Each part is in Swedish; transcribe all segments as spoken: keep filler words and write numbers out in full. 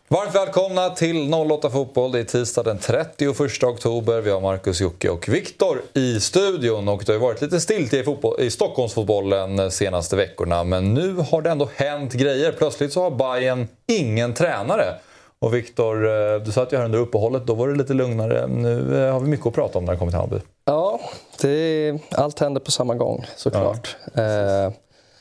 Varmt välkomna till noll åtta Fotboll. Det är tisdag den trettioförsta oktober. Vi har Marcus, Jocke och Viktor i studion. Och det har varit lite stilt i, fotboll, i Stockholmsfotbollen de senaste veckorna. Men nu har det ändå hänt grejer. Plötsligt så har Bayern ingen tränare. Och Viktor, du satt ju här under uppehållet. Då var det lite lugnare. Nu har vi mycket att prata om när det kommer till Hammarby. Ja, det, allt händer på samma gång såklart. Ja. Eh,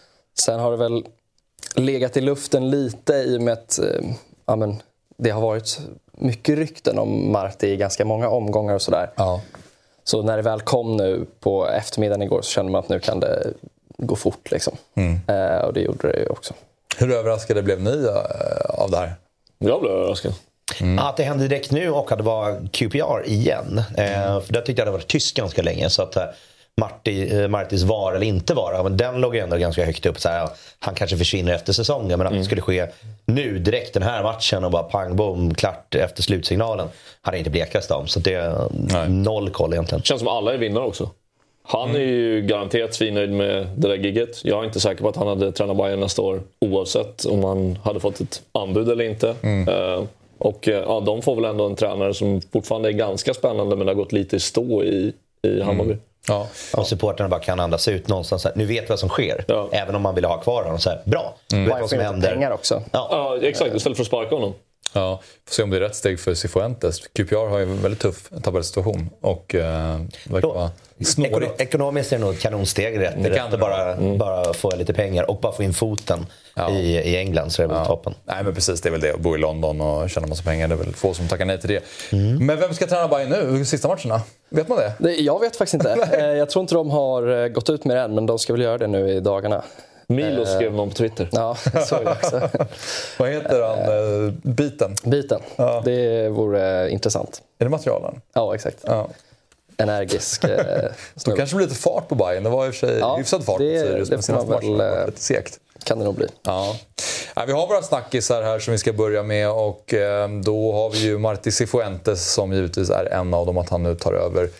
sen har det väl legat i luften lite i och med att eh, ja, men, det har varit mycket rykten om Marti i ganska många omgångar och sådär. Ja. Så när det väl kom nu på eftermiddagen igår så kände man att nu kan det gå fort liksom. Mm. Eh, och det gjorde det ju också. Hur överraskade blev ni uh, av det här? Jag blev överraskad. Mm. Att det hände direkt nu och att det var Q P R igen. Mm. Eh, för det tyckte jag hade varit tyst ganska länge. Så att eh, Marti, eh, Martis var eller inte vara. Men den låg ändå ganska högt upp. Så här, han kanske försvinner efter säsongen. Men att mm. det skulle ske nu direkt den här matchen och bara pang bom klart efter slutsignalen hade inte blekast om. Så det är Nej. noll koll egentligen. Känns som alla är vinnare också. Han är ju garanterat svinnöjd med det där gigget. Jag är inte säker på att han hade tränat Bayern nästa år oavsett om han hade fått ett anbud eller inte. Mm. Uh, och ja, de får väl ändå en tränare som fortfarande är ganska spännande men har gått lite i stå i, i Hammarby. Mm. Ja. Och supporterna bara kan andas ut någonstans. Nu vet vi vad som sker. Ja. Även om man vill ha kvar honom. Så här, bra. Mm. Du vet vad som händer. Pengar också. Ja. ja, exakt. Istället för att sparka honom. Ja, får se om det är rätt steg för Cifuentes. Q P R har ju en väldigt tuff tabellsituation och eh, verkar vara snårigt. Ekonomiskt är det nog ett kanonsteg rätt. Det kan det bara, mm. bara få lite pengar och bara få in foten ja. i, i England så är det väl ja. toppen. Nej men precis, det är väl det. Att bo i London och tjäna massa pengar, det är väl få som tackar nej till det. Mm. Men vem ska träna Bayern nu? Sista matcherna? Vet man det? det jag vet faktiskt inte. Jag tror inte de har gått ut med det än, men de ska väl göra det nu i dagarna. Milo skrev någon på Twitter. Ja, så är det också. Vad heter han? Biten? Biten. Ja. Det vore intressant. Är det materialen? Ja, exakt. Ja. Energisk eh, Då kanske blir lite fart på Bayern. Det var i och för sig ja, hyfsad fart det, på Sirius. Det får man väl, lite segt. Kan det nog bli. Ja. Ja, vi har våra snackisar här som vi ska börja med. Och eh, då har vi ju Marti Cifuentes som givetvis är en av dem, att han nu tar över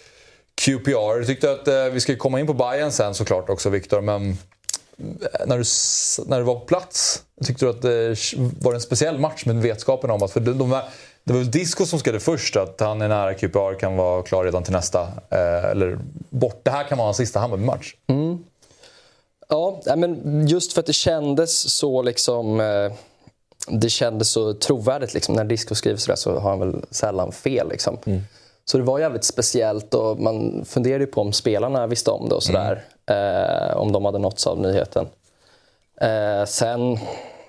Q P R. Jag tyckte att eh, vi ska komma in på Bayern sen såklart också, Viktor. Men när du, när du var på plats, tyckte du att det var en speciell match med vetskapen om att för de, de här, det var Disco som skrev det först, att han är nära Q P R, kan vara klar redan till nästa eh, eller bort. Det här kan vara hans sista Hammarby-match. Mm. Ja, men just för att det kändes så liksom eh, det kändes så trovärdigt liksom. När Disco skriver sådär så har han väl sällan fel liksom. Mm. Så det var jävligt speciellt och man funderade ju på om spelarna visste om det och sådär. Mm. Eh, om de hade nåtts av nyheten. Eh, sen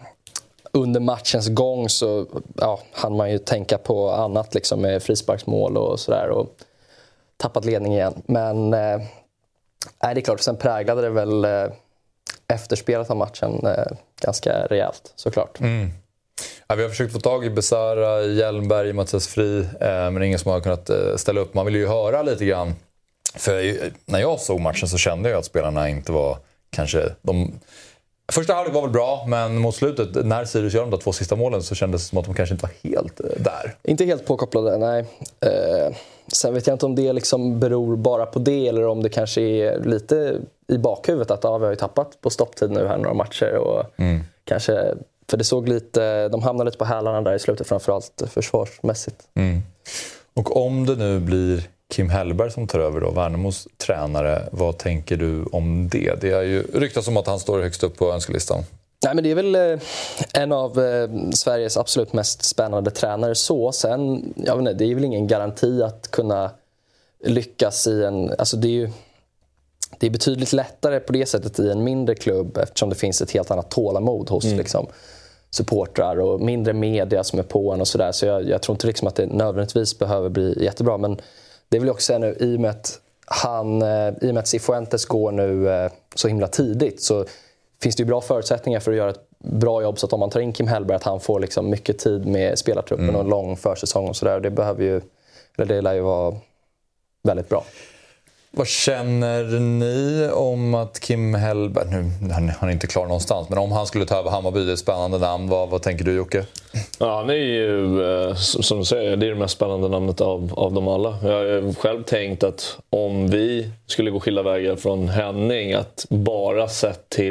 under matchens gång så ja, hann man ju tänka på annat liksom, med frisparksmål och sådär och tappat ledning igen. Men eh, det är klart, sen präglade det väl eh, efterspelet av matchen eh, ganska rejält såklart. Mm. Ja, vi har försökt få tag i Besara, Hjelmberg, Mattias Fri, eh, men ingen som har kunnat eh, ställa upp. Man vill ju höra lite grann. För när jag såg matchen så kände jag att spelarna inte var kanske... De... Första halvlek var väl bra, men mot slutet, när Sirius gör de där två sista målen så kändes det som att de kanske inte var helt eh, där. Inte helt påkopplade, nej. Eh, sen vet jag inte om det liksom beror bara på det eller om det kanske är lite i bakhuvudet att ja, vi har ju tappat på stopptid nu här några matcher och mm. kanske... För det såg lite, de hamnade lite på hälarna där i slutet, framförallt försvarsmässigt. Mm. Och om det nu blir Kim Hellberg som tar över då, Värnamos tränare, vad tänker du om det? Det är ju ryktas om att han står högst upp på önskelistan. Nej, men det är väl en av Sveriges absolut mest spännande tränare så. Sen, jag vet inte, det är väl ingen garanti att kunna lyckas i en... Alltså det är ju... Det är betydligt lättare på det sättet i en mindre klubb eftersom det finns ett helt annat tålamod hos mm. liksom, supportrar och mindre media som är på en och sådär. Så jag, jag tror inte liksom att det nödvändigtvis behöver bli jättebra. Men det vill jag också säga nu, i och med att, han, i och med att Cifuentes går nu så himla tidigt så finns det ju bra förutsättningar för att göra ett bra jobb. Så att om man tar in Kim Hellberg att han får liksom mycket tid med spelartruppen mm. och en lång försäsong och sådär. Det behöver ju, eller det lär ju vara väldigt bra. Vad känner ni om att Kim Hellberg, nu han, han är inte klar någonstans, men om han skulle ta över Hammarby, det är ett spännande namn, vad, vad tänker du Jocke? Ja, han är ju, som du säger, det är det mest spännande namnet av, av dem alla. Jag har själv tänkt att om vi skulle gå skilda vägar från Henning, att bara sett till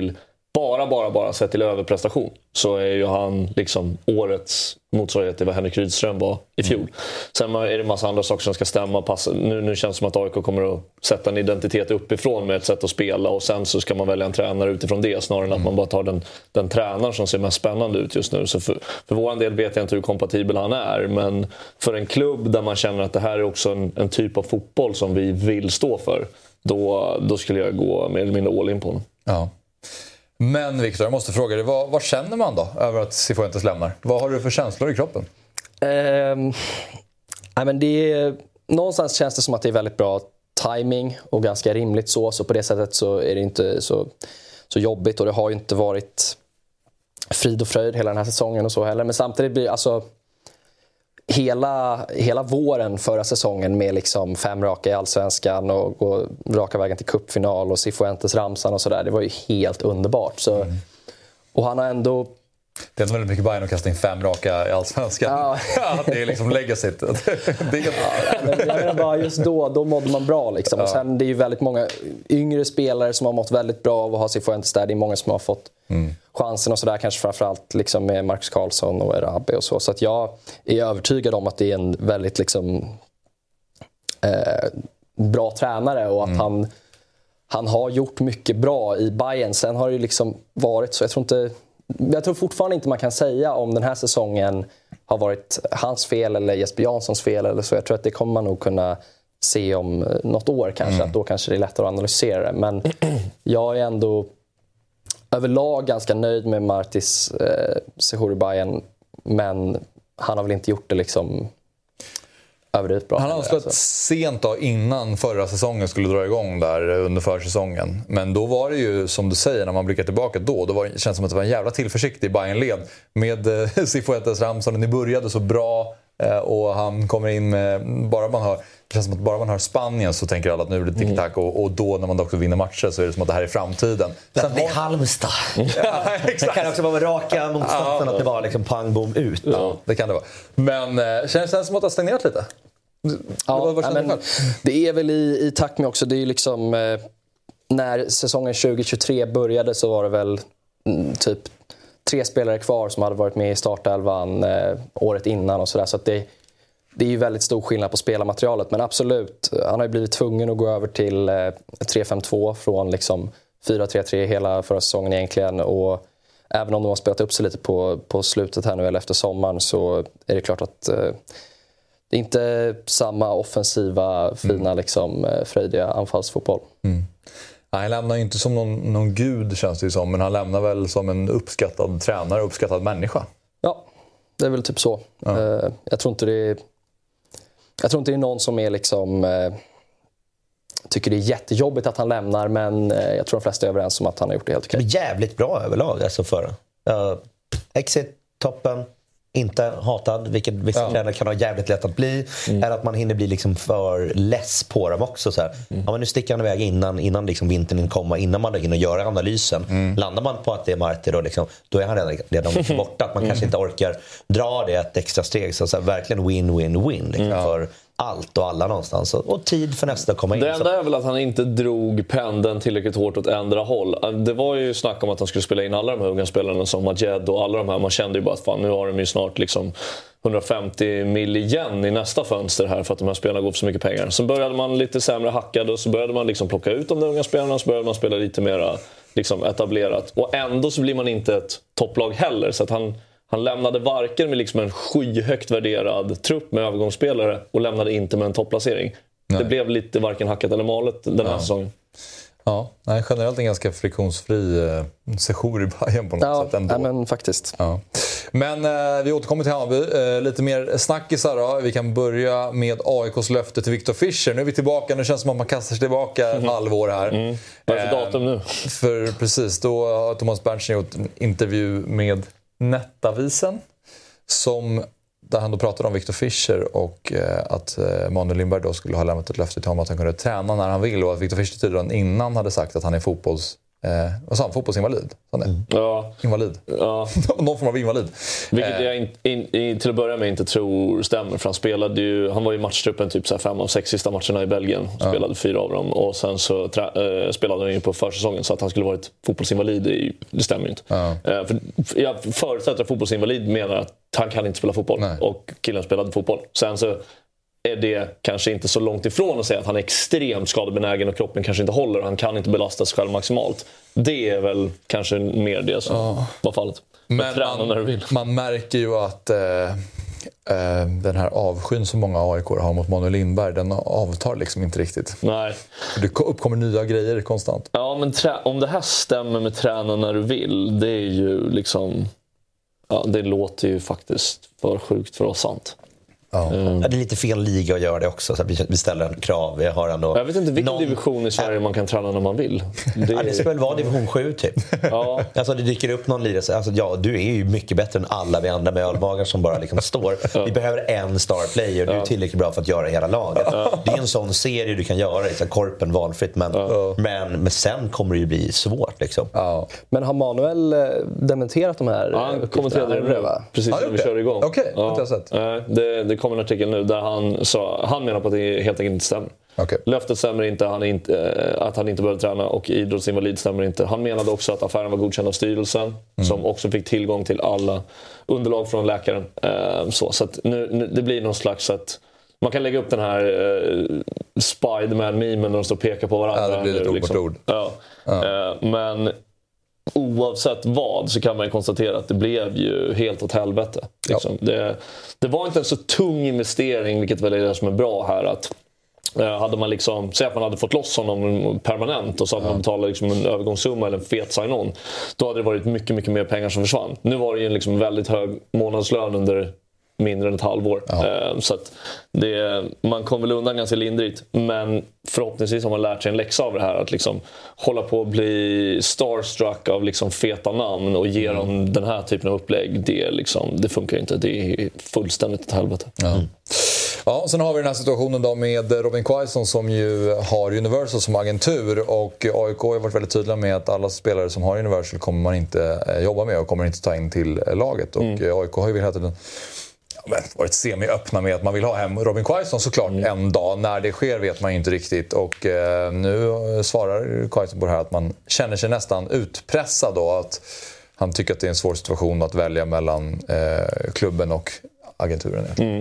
bara, bara, bara sett till överprestation så är ju han liksom årets motsvarighet till vad Henrik Rydström var i fjol. Mm. Sen är det en massa andra saker som ska stämma. Passa. Nu, nu känns det som att A I K kommer att sätta en identitet uppifrån med ett sätt att spela och sen så ska man välja en tränare utifrån det snarare än att mm. man bara tar den, den tränaren som ser mest spännande ut just nu. Så för, för vår del vet jag inte hur kompatibel han är, men för en klubb där man känner att det här är också en, en typ av fotboll som vi vill stå för, då, då skulle jag gå mer eller mindre all in på honom. Ja. Men Viktor, jag måste fråga dig, vad, vad känner man då över att Cifuentes lämnar? Vad har du för känslor i kroppen? Um, nej men det är, någonstans känns det som att det är väldigt bra timing och ganska rimligt så. Så på det sättet så är det inte så, så jobbigt och det har ju inte varit frid och fröjd hela den här säsongen och så heller. Men samtidigt blir alltså hela, hela våren förra säsongen med liksom fem raka i Allsvenskan och gå raka vägen till cupfinal och Cifuentes ramsan och sådär. Det var ju helt underbart. Så, mm. Och han har ändå... Det är väldigt mycket Bayern att kasta in fem raka i Allsvenskan. Ja. Ja, det är liksom legacyt. Det är... ja, men jag menar bara just då, då mådde man bra liksom. Ja. Och sen det är ju väldigt många yngre spelare som har mått väldigt bra av att ha Cifuentes där. Det är många som har fått mm. chansen och sådär, kanske framförallt liksom med Marcus Karlsson och Erabi och så. Så att jag är övertygad om att det är en väldigt liksom eh, bra tränare och att mm. han, han har gjort mycket bra i Bayern. Sen har det ju liksom varit så, jag tror inte... Jag tror fortfarande inte man kan säga om den här säsongen har varit hans fel eller Jesper Janssons fel eller så. Jag tror att det kommer man nog kunna se om något år kanske. Mm. Att då kanske det är lättare att analysera det. Men jag är ändå överlag ganska nöjd med Martis eh, Sehuri Bayern. Men han har väl inte gjort det liksom överdrivet bra. Han anslöt alltså. sent då, innan förra säsongen skulle dra igång där under försäsongen. Men då var det ju, som du säger, när man blickar tillbaka då, då var det, känns som att det var en jävla tillförsikt i Bayern-led med eh, Cifuentes ramsan. Ni började så bra eh, och han kommer in med, bara man hör, det känns som att bara man hör Spanien så tänker alla att nu är det tic-tac mm. och, och då när man också vinner matcher så är det som att det här är framtiden. Sen det är Halmstad. Ja, exakt. Det kan också vara raka motsatsen ja, att det bara liksom pang, bom, ut. Ja, det kan det vara. Men eh, känns det som att det har stagnerat lite? Ja, vad, vad men, det är väl i, i takt med också. Det är ju liksom eh, när säsongen tjugo tjugotre började så var det väl mm, typ tre spelare kvar som hade varit med i startelvan eh, året innan och sådär. Så att det, det är ju väldigt stor skillnad på spelarmaterialet. Men absolut, han har ju blivit tvungen att gå över till eh, tre fem två från liksom fyra tre tre hela förra säsongen egentligen. Och även om de har spelat upp sig lite på, på slutet här nu eller efter sommaren så är det klart att eh, det är inte samma offensiva, fina, mm. liksom, fröjdiga anfallsfotboll. Mm. Nej, han lämnar ju inte som någon, någon gud känns det ju som, men han lämnar väl som en uppskattad tränare, uppskattad människa. Ja, det är väl typ så. Ja. Uh, jag tror inte det är, jag tror inte det är någon som är liksom uh, tycker det är jättejobbigt att han lämnar, men uh, jag tror de flesta är överens om att han har gjort det helt okej. Det är jävligt bra överlag alltså för uh, exit, toppen. Inte hatad, vilket vissa ja. tränare kan ha jävligt lätt att bli. Mm. Eller att man hinner bli liksom för less på dem också. Så här. Mm. Ja, men nu sticker han iväg innan, innan liksom vintern kommer, innan man hinner göra analysen. Mm. Landar man på att det är Marti då, liksom, då är han redan, redan borta. Att man mm. kanske inte orkar dra det ett extra steg. Så, så här, verkligen win-win-win liksom, mm. för allt och alla någonstans. Och tid för nästa att komma in. Det enda är väl att han inte drog pendeln tillräckligt hårt åt ändra håll. Det var ju snack om att han skulle spela in alla de här unga spelarna som Majed och alla de här. Man kände ju bara att fan, nu har de ju snart liksom hundrafemtio mil igen i nästa fönster här för att de här spelarna går för så mycket pengar. Så började man lite sämre hackad och så började man liksom plocka ut de unga spelarna, så började man spela lite mer liksom etablerat. Och ändå så blir man inte ett topplag heller, så att han Han lämnade varken med liksom en skyhögt värderad trupp med övergångsspelare och lämnade inte med en topplacering. Nej. Det blev lite varken hackat eller malet den här ja. säsongen. Ja, nej, generellt en ganska friktionsfri eh, session i Bayern på något ja, sätt ändå. Ja, men faktiskt. Ja. Men eh, vi återkommer till Hammarby. Eh, lite mer snackisar då. Vi kan börja med A I K:s löfte till Viktor Fischer. Nu är vi tillbaka. Nu känns det som att man kastar sig tillbaka ett mm. halvår här. Mm. Vad är det för datum nu? För precis, då har Thomas Berntsen gjort en intervju med Nettavisen som, där han då pratade om Viktor Fischer och eh, att eh, Manuel Lindberg då skulle ha lämnat ett löfte till honom att han kunde träna när han vill, och att Viktor Fischer tydligen innan hade sagt att han är fotbolls Eh, vad sa han? Fotbollsinvalid? Mm. Ja. Invalid. Ja. Någon form av invalid. Vilket eh. jag in, in, in, till att börja med inte tror stämmer. För han spelade ju, han var i matchtruppen typ så här fem av sex sista matcherna i Belgien. Ja. Spelade fyra av dem. Och sen så trä, eh, spelade han ju på försäsongen. Så att han skulle varit fotbollsinvalid, det, det stämmer inte. Ja. Eh, för jag förutsätter att fotbollsinvalid menar att han kan inte spela fotboll. Nej. Och killen spelade fotboll. Sen så är det kanske inte så långt ifrån att säga att han är extremt skadebenägen och kroppen kanske inte håller och han kan inte belasta sig själv maximalt. Det är väl kanske mer det som oh. var fallet. Men man, när du vill. Man märker ju att eh, eh, den här avskyn som många A I K har mot Manuel Lindberg, den avtar liksom inte riktigt. Nej. Det uppkommer nya grejer konstant. Ja, men trä- om det här stämmer med träna när du vill, det är ju liksom... Ja, det låter ju faktiskt för sjukt för oss sant. Ja. Mm. Det är lite fel liga att göra det också, så vi ställer en krav. Jag, har ändå jag vet inte vilken någon... division i Sverige man kan träna när man vill. Det, ja, det ska väl vara division sju typ. Ja. Alltså det dyker upp någon lirare. Alltså, ja, du är ju mycket bättre än alla vi andra med ölmagar som bara liksom står. Ja. Vi behöver en star player. Du är tillräckligt bra för att göra hela laget. Ja. Det är en sån serie du kan göra, liksom, korpen valfritt. Men, ja. men, men sen kommer det ju bli svårt. Liksom. Ja. Men har Manuel dementerat de här? Ja, han kommenterade det va? Precis när vi kör igång. Okej, okay. Ja. Sett. Det, det kom en artikel nu där han sa, han menar på att det helt enkelt inte stämmer. Okay. Löftet stämmer inte, han är inte att han inte behöver träna och idrottsinvalid stämmer inte. Han menade också att affären var godkänd av styrelsen mm. som också fick tillgång till alla underlag från läkaren. Så, så att nu, nu, det blir någon slags att man kan lägga upp den här uh, Spiderman-memen när de står och pekar på varandra. Ja, det blir lite nu, ord liksom. mot ord. Ja. Ja. Uh, men oavsett vad så kan man konstatera att det blev ju helt åt helvete. Liksom. Ja. Det, det var inte en så tung investering, vilket väl är det som är bra här. Att, eh, hade man liksom, säg att man hade fått loss honom permanent och så att ja. man betalade liksom en övergångssumma eller en fet sign-on, då hade det varit mycket, mycket mer pengar som försvann. Nu var det ju liksom en väldigt hög månadslön under mindre än ett halvår. Ja. Eh, så att det, man kom väl undan ganska lindrigt. Men förhoppningsvis har man lärt sig en läxa av det här. Att liksom hålla på att bli starstruck av liksom feta namn och ge mm. dem den här typen av upplägg. Det, liksom, det funkar inte. Det är fullständigt ett helvete. Ja. Mm. Ja, sen har vi den här situationen då med Robin Quaison som ju har Universal som agentur. Och A I K har varit väldigt tydliga med att alla spelare som har Universal kommer man inte jobba med och kommer inte ta in till laget. Och mm. A I K har ju hela tiden varit semi-öppna med att man vill ha hem Robin Quaison såklart mm. en dag. När det sker vet man inte riktigt. Och eh, nu svarar Quaison på det här att man känner sig nästan utpressad då. Att han tycker att det är en svår situation att välja mellan eh, klubben och agenturen. Mm.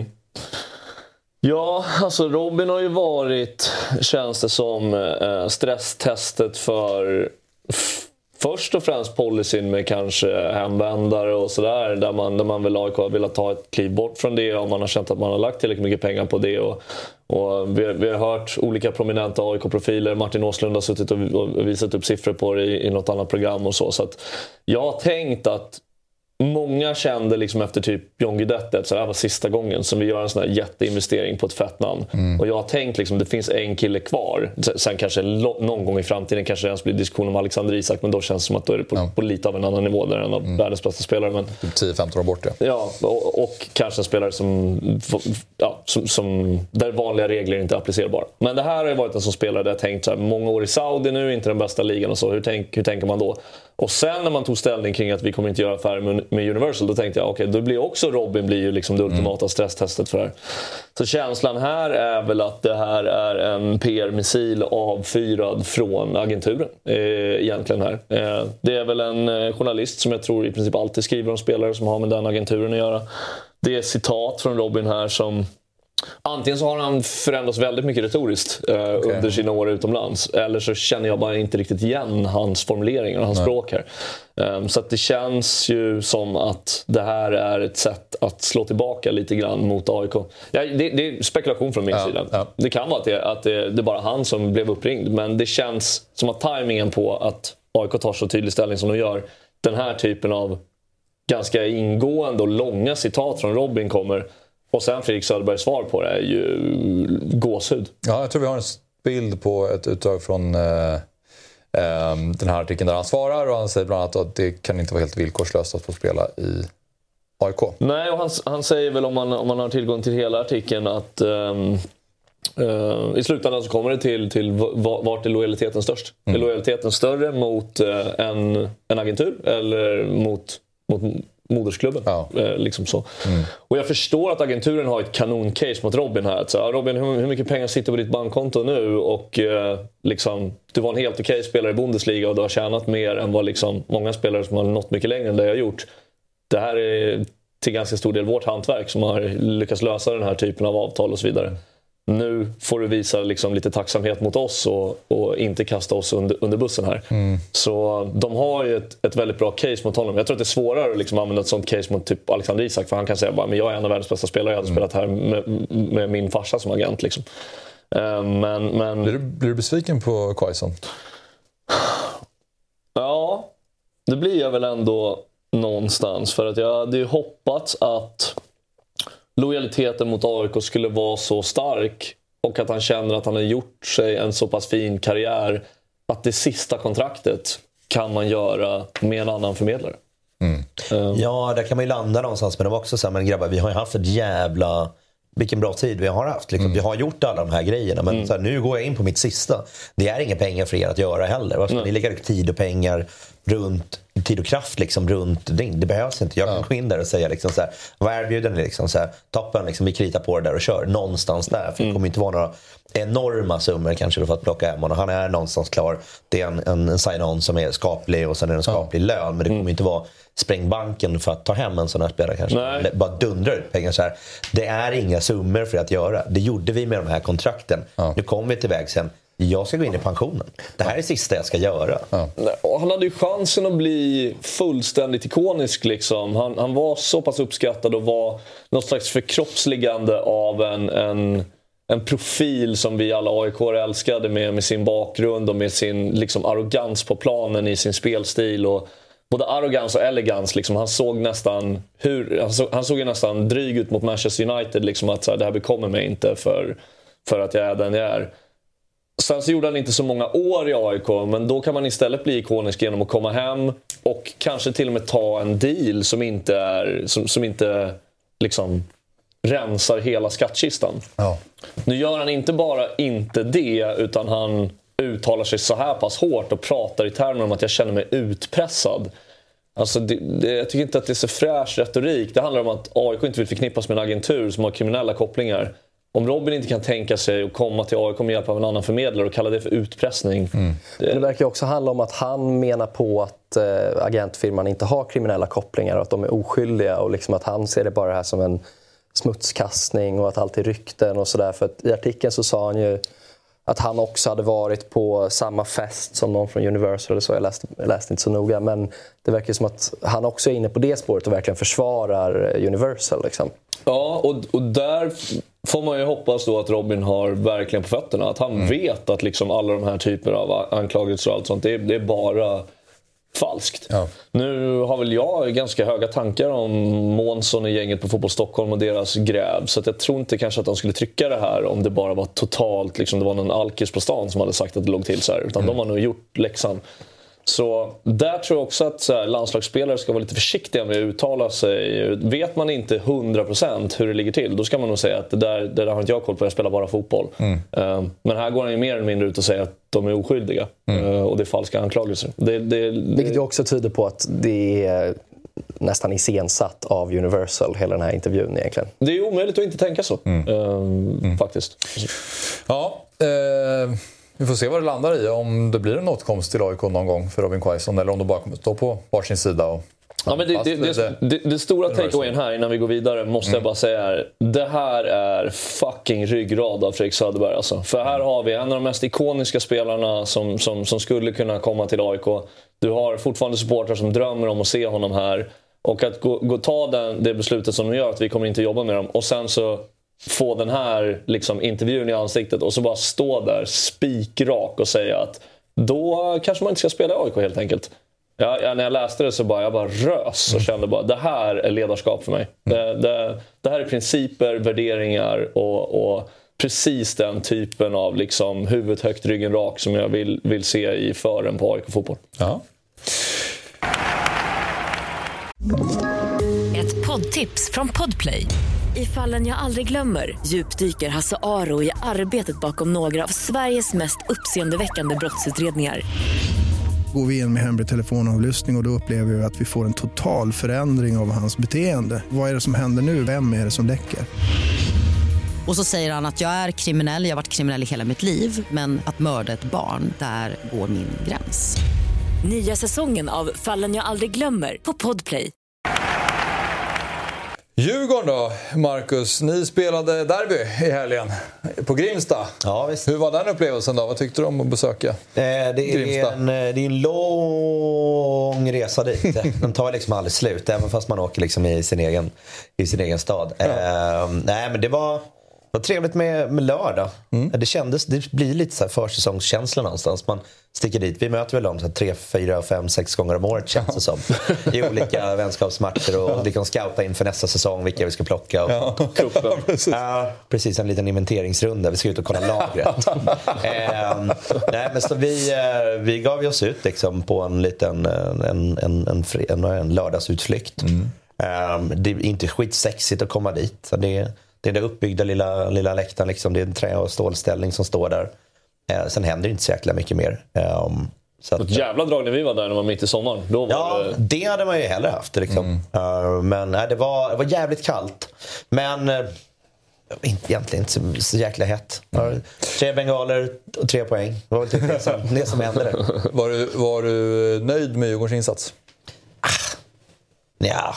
Ja, alltså Robin har ju varit, känns det som, eh, stresstestet för... Först och främst policyn med kanske hemvändare och sådär. Där man, där man väl A I K har velat ta ett kliv bort från det. Och man har känt att man har lagt tillräckligt mycket pengar på det. Och, och vi, vi har hört olika prominenta A I K-profiler. Martin Åslund har suttit och, och visat upp siffror på det i, i något annat program och så. Så att jag har tänkt att många kände liksom efter typ John Guidetti att så det här var sista gången som vi gör en sån här jätteinvestering på ett fett namn. Mm. Och jag har tänkt liksom det finns en kille kvar. Sen kanske lo- någon gång i framtiden kanske det ens blir diskussion om Alexander Isak, men då känns det som att då är det på, ja. på lite av en annan nivå där en av mm. världens bästa spelare. Men, tio femton år bort, ja. Ja, och, och kanske en spelare som, ja, som, som där vanliga regler inte är applicerbara. Men det här har varit en sån spelare där jag tänkt så här, många år i Saudi nu, inte den bästa ligan och så. Hur, tänk, hur tänker man då? Och sen när man tog ställning kring att vi kommer inte göra affärer med, med Universal, då tänkte jag okej, okay, då blir också Robin blir ju liksom det ultimata mm. stresstestet för det här. Så känslan här är väl att det här är en P R-missil avfyrad från agenturen eh, egentligen här. Eh, det är väl en eh, journalist som jag tror i princip alltid skriver om spelare som har med den agenturen att göra. Det är citat från Robin här som antingen så har han förändrats väldigt mycket retoriskt eh, okay. under sina år utomlands, eller så känner jag bara inte riktigt igen hans formuleringar och hans Nej. språk här. Um, så att det känns ju som att det här är ett sätt att slå tillbaka lite grann mot A I K. Ja, det, det är spekulation från min ja, sida. Ja. Det kan vara att, det, att det, det är bara han som blev uppringd, men det känns som att tajmingen på att A I K tar så tydlig ställning som de gör, den här typen av ganska ingående och långa citat från Robin kommer. Och sen Fredrik Söderbergs svar på det är ju gåshud. Ja, jag tror vi har en bild på ett utdrag från eh, eh, den här artikeln där han svarar. Och han säger bland annat att det kan inte vara helt villkorslöst att få spela i A I K. Nej, och han, han säger väl om man, om man har tillgång till hela artikeln att... Um, Uh, I slutändan så kommer det till, till v- vart är lojaliteten störst? Mm. Är lojaliteten större mot uh, en, en agentur eller mot, mot modersklubben? Ja. Uh, liksom så. Mm. Och jag förstår att agenturen har ett kanoncase mot Robin här. Så, uh, Robin, hur, hur mycket pengar sitter på ditt bankkonto nu? Och uh, liksom, du var en helt okej spelare i Bundesliga och du har tjänat mer än vad liksom, många spelare som har nått mycket längre än det jag har gjort. Det här är till ganska stor del vårt hantverk som har lyckats lösa den här typen av avtal och så vidare. Nu får du visa liksom lite tacksamhet mot oss och, och inte kasta oss under, under bussen här. Mm. Så de har ju ett, ett väldigt bra case mot honom. Jag tror att det är svårare att liksom använda ett sånt case mot typ Alexander Isak. För han kan säga bara, men jag är en av världens bästa spelare. Jag hade mm. spelat här med, med min farsa som agent. Liksom. Uh, men, men... Blir, du, blir du besviken på Quaison? Ja, det blir jag väl ändå någonstans. För att jag hade ju hoppats att lojaliteten mot A I K skulle vara så stark och att han känner att han har gjort sig en så pass fin karriär att det sista kontraktet kan man göra med en annan förmedlare. Mm. Um. Ja, där kan man ju landa någonstans med dem också. Så här, men grabbar, vi har ju haft ett jävla... Vilken bra tid vi har haft. Liksom. Mm. Vi har gjort alla de här grejerna. Men mm. så här, nu går jag in på mitt sista. Det är inga pengar för er att göra heller. Varför? Mm. Ni lägger tid och pengar runt... Tid och kraft liksom, runt det. Det behövs inte. Jag kan ja. gå in där och säga liksom, så här, vad erbjuder ni? Liksom, så här, toppen, liksom, vi kritar på det där och kör. Någonstans där. För mm. det kommer inte vara några enorma summor kanske för att plocka hem honom. Han är någonstans klar. Det är en, en, en sign-on som är skaplig och sen är det en skaplig ja. lön. Men det kommer mm. inte vara sprängbanken för att ta hem en sån här spelare kanske. Nej. Bara dundrar ut pengar så här. Det är inga summor för att göra. Det gjorde vi med de här kontrakten. Ja. Nu kommer vi till väg sen. Jag ska gå in i pensionen. Det här är det sista jag ska göra. Ja. Han hade ju chansen att bli fullständigt ikonisk. Liksom. Han, han var så pass uppskattad och var något slags förkroppsligande av en, en, en profil som vi alla A I K älskade med, med sin bakgrund och med sin liksom, arrogans på planen i sin spelstil. Och både arrogans och elegans. Liksom. Han såg nästan hur, han såg, han såg ju nästan dryg ut mot Manchester United. Liksom, att så här, det här bekommer mig inte för, för att jag är den jag är. Sen så gjorde han inte så många år i A I K, men då kan man istället bli ikonisk genom att komma hem och kanske till och med ta en deal som inte är som, som inte liksom rensar hela skattkistan. Ja. Nu gör han inte bara inte det, utan han uttalar sig så här pass hårt och pratar i termer om att jag känner mig utpressad. Alltså det, det, jag tycker inte att det är så fräsch retorik. Det handlar om att A I K inte vill förknippas med en agentur som har kriminella kopplingar. Om Robin inte kan tänka sig att komma till A I K med hjälp av en annan förmedlare och kalla det för utpressning. Mm. Det... det verkar också handla om att han menar på att äh, agentfirman inte har kriminella kopplingar och att de är oskyldiga. Och liksom att han ser det bara här som en smutskastning och att allt är rykten och sådär. För att i artikeln så sa han ju att han också hade varit på samma fest som någon från Universal eller så. Jag läste, jag läste inte så noga, men det verkar som att han också är inne på det spåret och verkligen försvarar Universal liksom. Ja, och, och där får man ju hoppas då att Robin har verkligen på fötterna. Att han mm. vet att liksom alla de här typer av anklagelser och allt sånt, det är, det är bara falskt. Ja. Nu har väl jag ganska höga tankar om Månsson och gänget på Fotboll Stockholm och deras gräv. Så att jag tror inte kanske att de skulle trycka det här om det bara var totalt, liksom det var någon alkis på stan som hade sagt att det låg till så här. Utan mm. de har nog gjort läxan. Så där tror jag också att så här, landslagsspelare ska vara lite försiktiga med att uttala sig. Vet man inte hundra procent hur det ligger till, då ska man nog säga att det där, det där har inte jag koll på, jag spelar bara fotboll. Mm. Uh, men här går han ju mer eller mindre ut och säger att de är oskyldiga. Mm. Uh, och det är falska anklagelser. Det, det, det... Vilket ju också tyder på att det är nästan iscensatt av Universal, hela den här intervjun egentligen. Det är omöjligt att inte tänka så, mm. Uh, mm. faktiskt. Ja, eh... vi får se vad det landar i, om det blir en åtkomst till A I K någon gång för Robin Quaison eller om de bara kommer stå på varsin sida. Och, ja, men det, det, det, det, det stora takeawayen här innan vi går vidare måste mm. jag bara säga är, det här är fucking ryggrad av Fredrik Söderberg. Alltså. För här har vi en av de mest ikoniska spelarna som, som, som skulle kunna komma till A I K. Du har fortfarande supportrar som drömmer om att se honom här. Och att gå, gå, ta den, det beslutet som de gör att vi kommer inte jobba med dem. Och sen så få den här liksom, intervjun i ansiktet och så bara stå där spikrak och säga att då kanske man inte ska spela i A I K helt enkelt. Ja, ja, när jag läste det så bara jag bara rös och kände bara det här är ledarskap för mig. Det, det, det här är principer, värderingar och, och precis den typen av liksom, huvudet högt, ryggen rak som jag vill, vill se i fören på A I K-fotboll. Ja. Ett poddtips från Podplay. I Fallen jag aldrig glömmer djupdyker Hasse Aro i arbetet bakom några av Sveriges mest uppseendeväckande brottsutredningar. Går vi in med hemlig telefonavlyssning och, och då upplever vi att vi får en total förändring av hans beteende. Vad är det som händer nu? Vem är det som läcker? Och så säger han att jag är kriminell, jag har varit kriminell i hela mitt liv. Men att mörda ett barn, där går min gräns. Nya säsongen av Fallen jag aldrig glömmer på Podplay. Djurgården då, Marcus. Ni spelade derby i helgen på Grimsta. Ja, visst. Hur var den upplevelsen då? Vad tyckte du om att besöka eh, det, är Grimsta? en, det är en lång resa dit. Den tar liksom aldrig slut, även fast man åker liksom i, sin egen, i sin egen stad. Ja. Eh, nej, men det var... Det var trevligt med, med lördag. Mm. Det kändes, det blir lite så här försäsongskänsla någonstans. Man sticker dit. Vi möter väl dem så här tre, fyra, fem, sex gånger om året, känns det som. I olika vänskapsmatcher och vi kan scouta inför nästa säsong vilka vi ska plocka. Och, ja. ja, precis. Ja, precis, en liten inventeringsrunda. Vi ska ut och kolla lagret. eh, nej, men så vi, vi gav oss ut liksom på en liten en, en, en, en, en lördagsutflykt. Mm. Eh, det är inte skitsexigt att komma dit. Så det Det är den uppbyggda lilla, lilla läktaren. Liksom. Det är en trä- och stålställning som står där. Eh, sen händer det inte så jäkla mycket mer. Eh, så att, ett jävla drag när vi var där när man var mitt i sommaren. Då var ja, det... det hade man ju hellre haft. Liksom. Mm. Uh, men nej, det, var, det var jävligt kallt. Men uh, inte, egentligen inte så, så jäkla hett. Mm. Tre bengaler och tre poäng. Det var typ det som, det som hände där. Var du, var du nöjd med Djurgårdens insats? Ah, ja...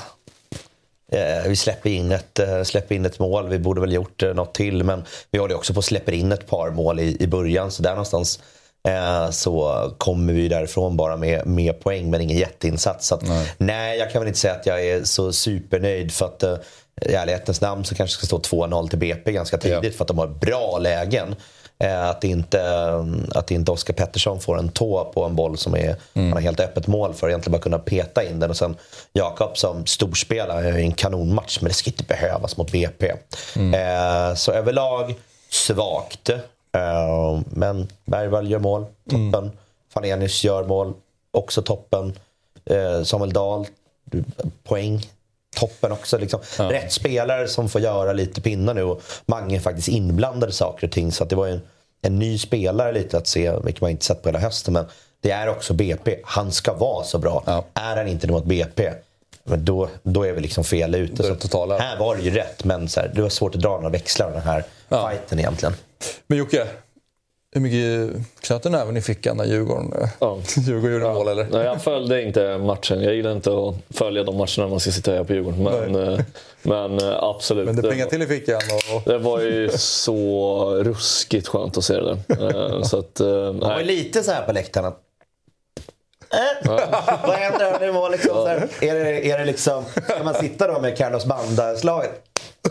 Vi släpper in, ett, släpper in ett mål. Vi borde väl gjort något till. Men vi håller också på att släppa in ett par mål i, i början. Så där någonstans eh, så kommer vi därifrån bara med, med poäng. Men ingen jätteinsats. Så att, nej. nej, jag kan väl inte säga att jag är så supernöjd. För att eh, i ärlighetens namn så kanske ska stå två noll till B P ganska tidigt. Ja. För att de har bra lägen. Att inte, att inte Oskar Pettersson får en tå på en boll som är mm. han har helt öppet mål för att egentligen bara kunna peta in den. Och sen Jakob som storspelare är en kanonmatch, men det ska inte behövas mot B P. Mm. Eh, så överlag svagt. Eh, men Bergvall gör mål, toppen. Mm. Fanenius gör mål, också toppen. Eh, Samuel Dahl, poäng. Toppen också liksom. Ja. Rätt spelare som får göra lite pinnar nu. Och Mange är faktiskt inblandade saker och ting. Så att det var en, en ny spelare lite att se, vilket man inte sett på hela hösten. Men det är också B P. Han ska vara så bra. Ja. Är han inte mot B P, men då, då är vi liksom fel ute. Så totala. Här var det ju rätt, men så här, det var svårt att dra några växlar av den här ja. fighten egentligen. Men Jocke, hur mycket knöt den även i fickan när Djurgården, ja. Djurgården gjorde ja. mål, eller? Nej, jag följde inte matchen. Jag gillar inte att följa de matcherna när man ska sitta här på Djurgården. Men, men absolut. Men det pengar till i fickan. Och... Det var ju så ruskigt skönt att se det där. Så att, man var ju lite så här på läktarna. Äh? Ja. Vad händer nu? Mål liksom, ja. så här, är, det, är det liksom... Kan man sitta då med Carlos Banda-slaget?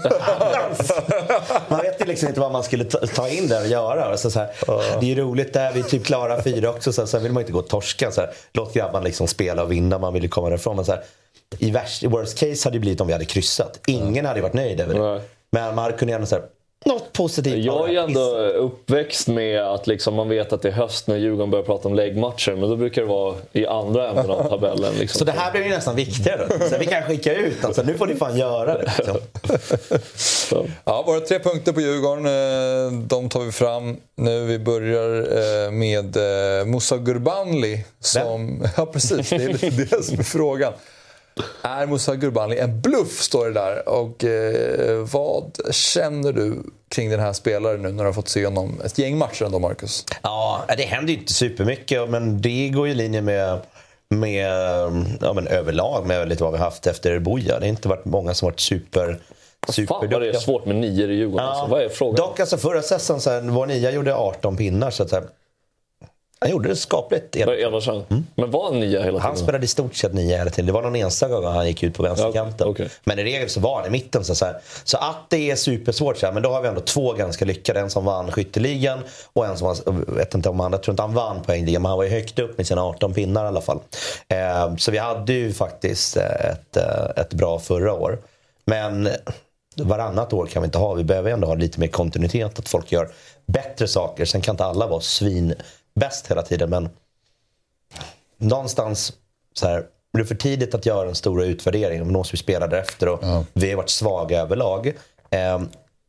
Man vet ju liksom inte vad man skulle ta, ta in där och göra. Så så här, uh. Det är ju roligt där, vi är typ klara fyra också. Så, så här, vill man inte gå och torska. Så här, låt grabban liksom spela och vinna, man vill ju komma därifrån. Men så här, i, värst, i worst case hade det blivit om vi hade kryssat. Ingen uh. hade varit nöjd över det. Uh. Men man kunde ändå så här, något positivt. Jag är ju ändå uppväxt med att liksom man vet att det är höst när Djurgården börjar prata om läggmatcher. Men då brukar det vara i andra änden av tabellen. Liksom. Så det här blir ju nästan viktigare då. Så vi kan skicka ut alltså. Nu får ni fan göra det. Liksom. Ja, bara tre punkter på Djurgården. De tar vi fram nu. Vi börjar med Moussa Gurbanli. Som, ja, precis. Det är lite det som är frågan. Är Moussa Gurbanli en bluff, står det där. Och eh, vad känner du kring den här spelaren nu när du har fått se honom ett gäng matcher ändå, Marcus? Ja, det händer ju inte supermycket, men det går ju i linje med, med ja, men överlag med lite vad vi har haft efter Boja. Det har inte varit många som varit super... Fan vad det är svårt med nior i Djurgården. Ja. Alltså, vad är frågan? Dock alltså förra säsongen så här, vår nia gjorde arton pinnar så att så här, han gjorde det skapligt. Mm. Men var han nia hela tiden? Han spelade i stort sett nia hela tiden. Det var någon enstaka gång han gick ut på vänsterkanten. Ja, okay. Men i regel så var han i mitten. Så, så, här. Så att det är supersvårt. Så här. Men då har vi ändå två ganska lyckade. En som vann skytteligan och en som var, jag vet inte om han, jag tror inte han vann poängligan. Men han var ju högt upp med sina arton pinnar i alla fall. Eh, så vi hade ju faktiskt ett, ett bra förra år. Men varannat år kan vi inte ha. Vi behöver ändå ha lite mer kontinuitet. Att folk gör bättre saker. Sen kan inte alla vara svin bäst hela tiden, men någonstans så här, det är för tidigt att göra en stora utvärdering, men måste vi spela därefter och ja. Vi har varit svaga överlag. Eh,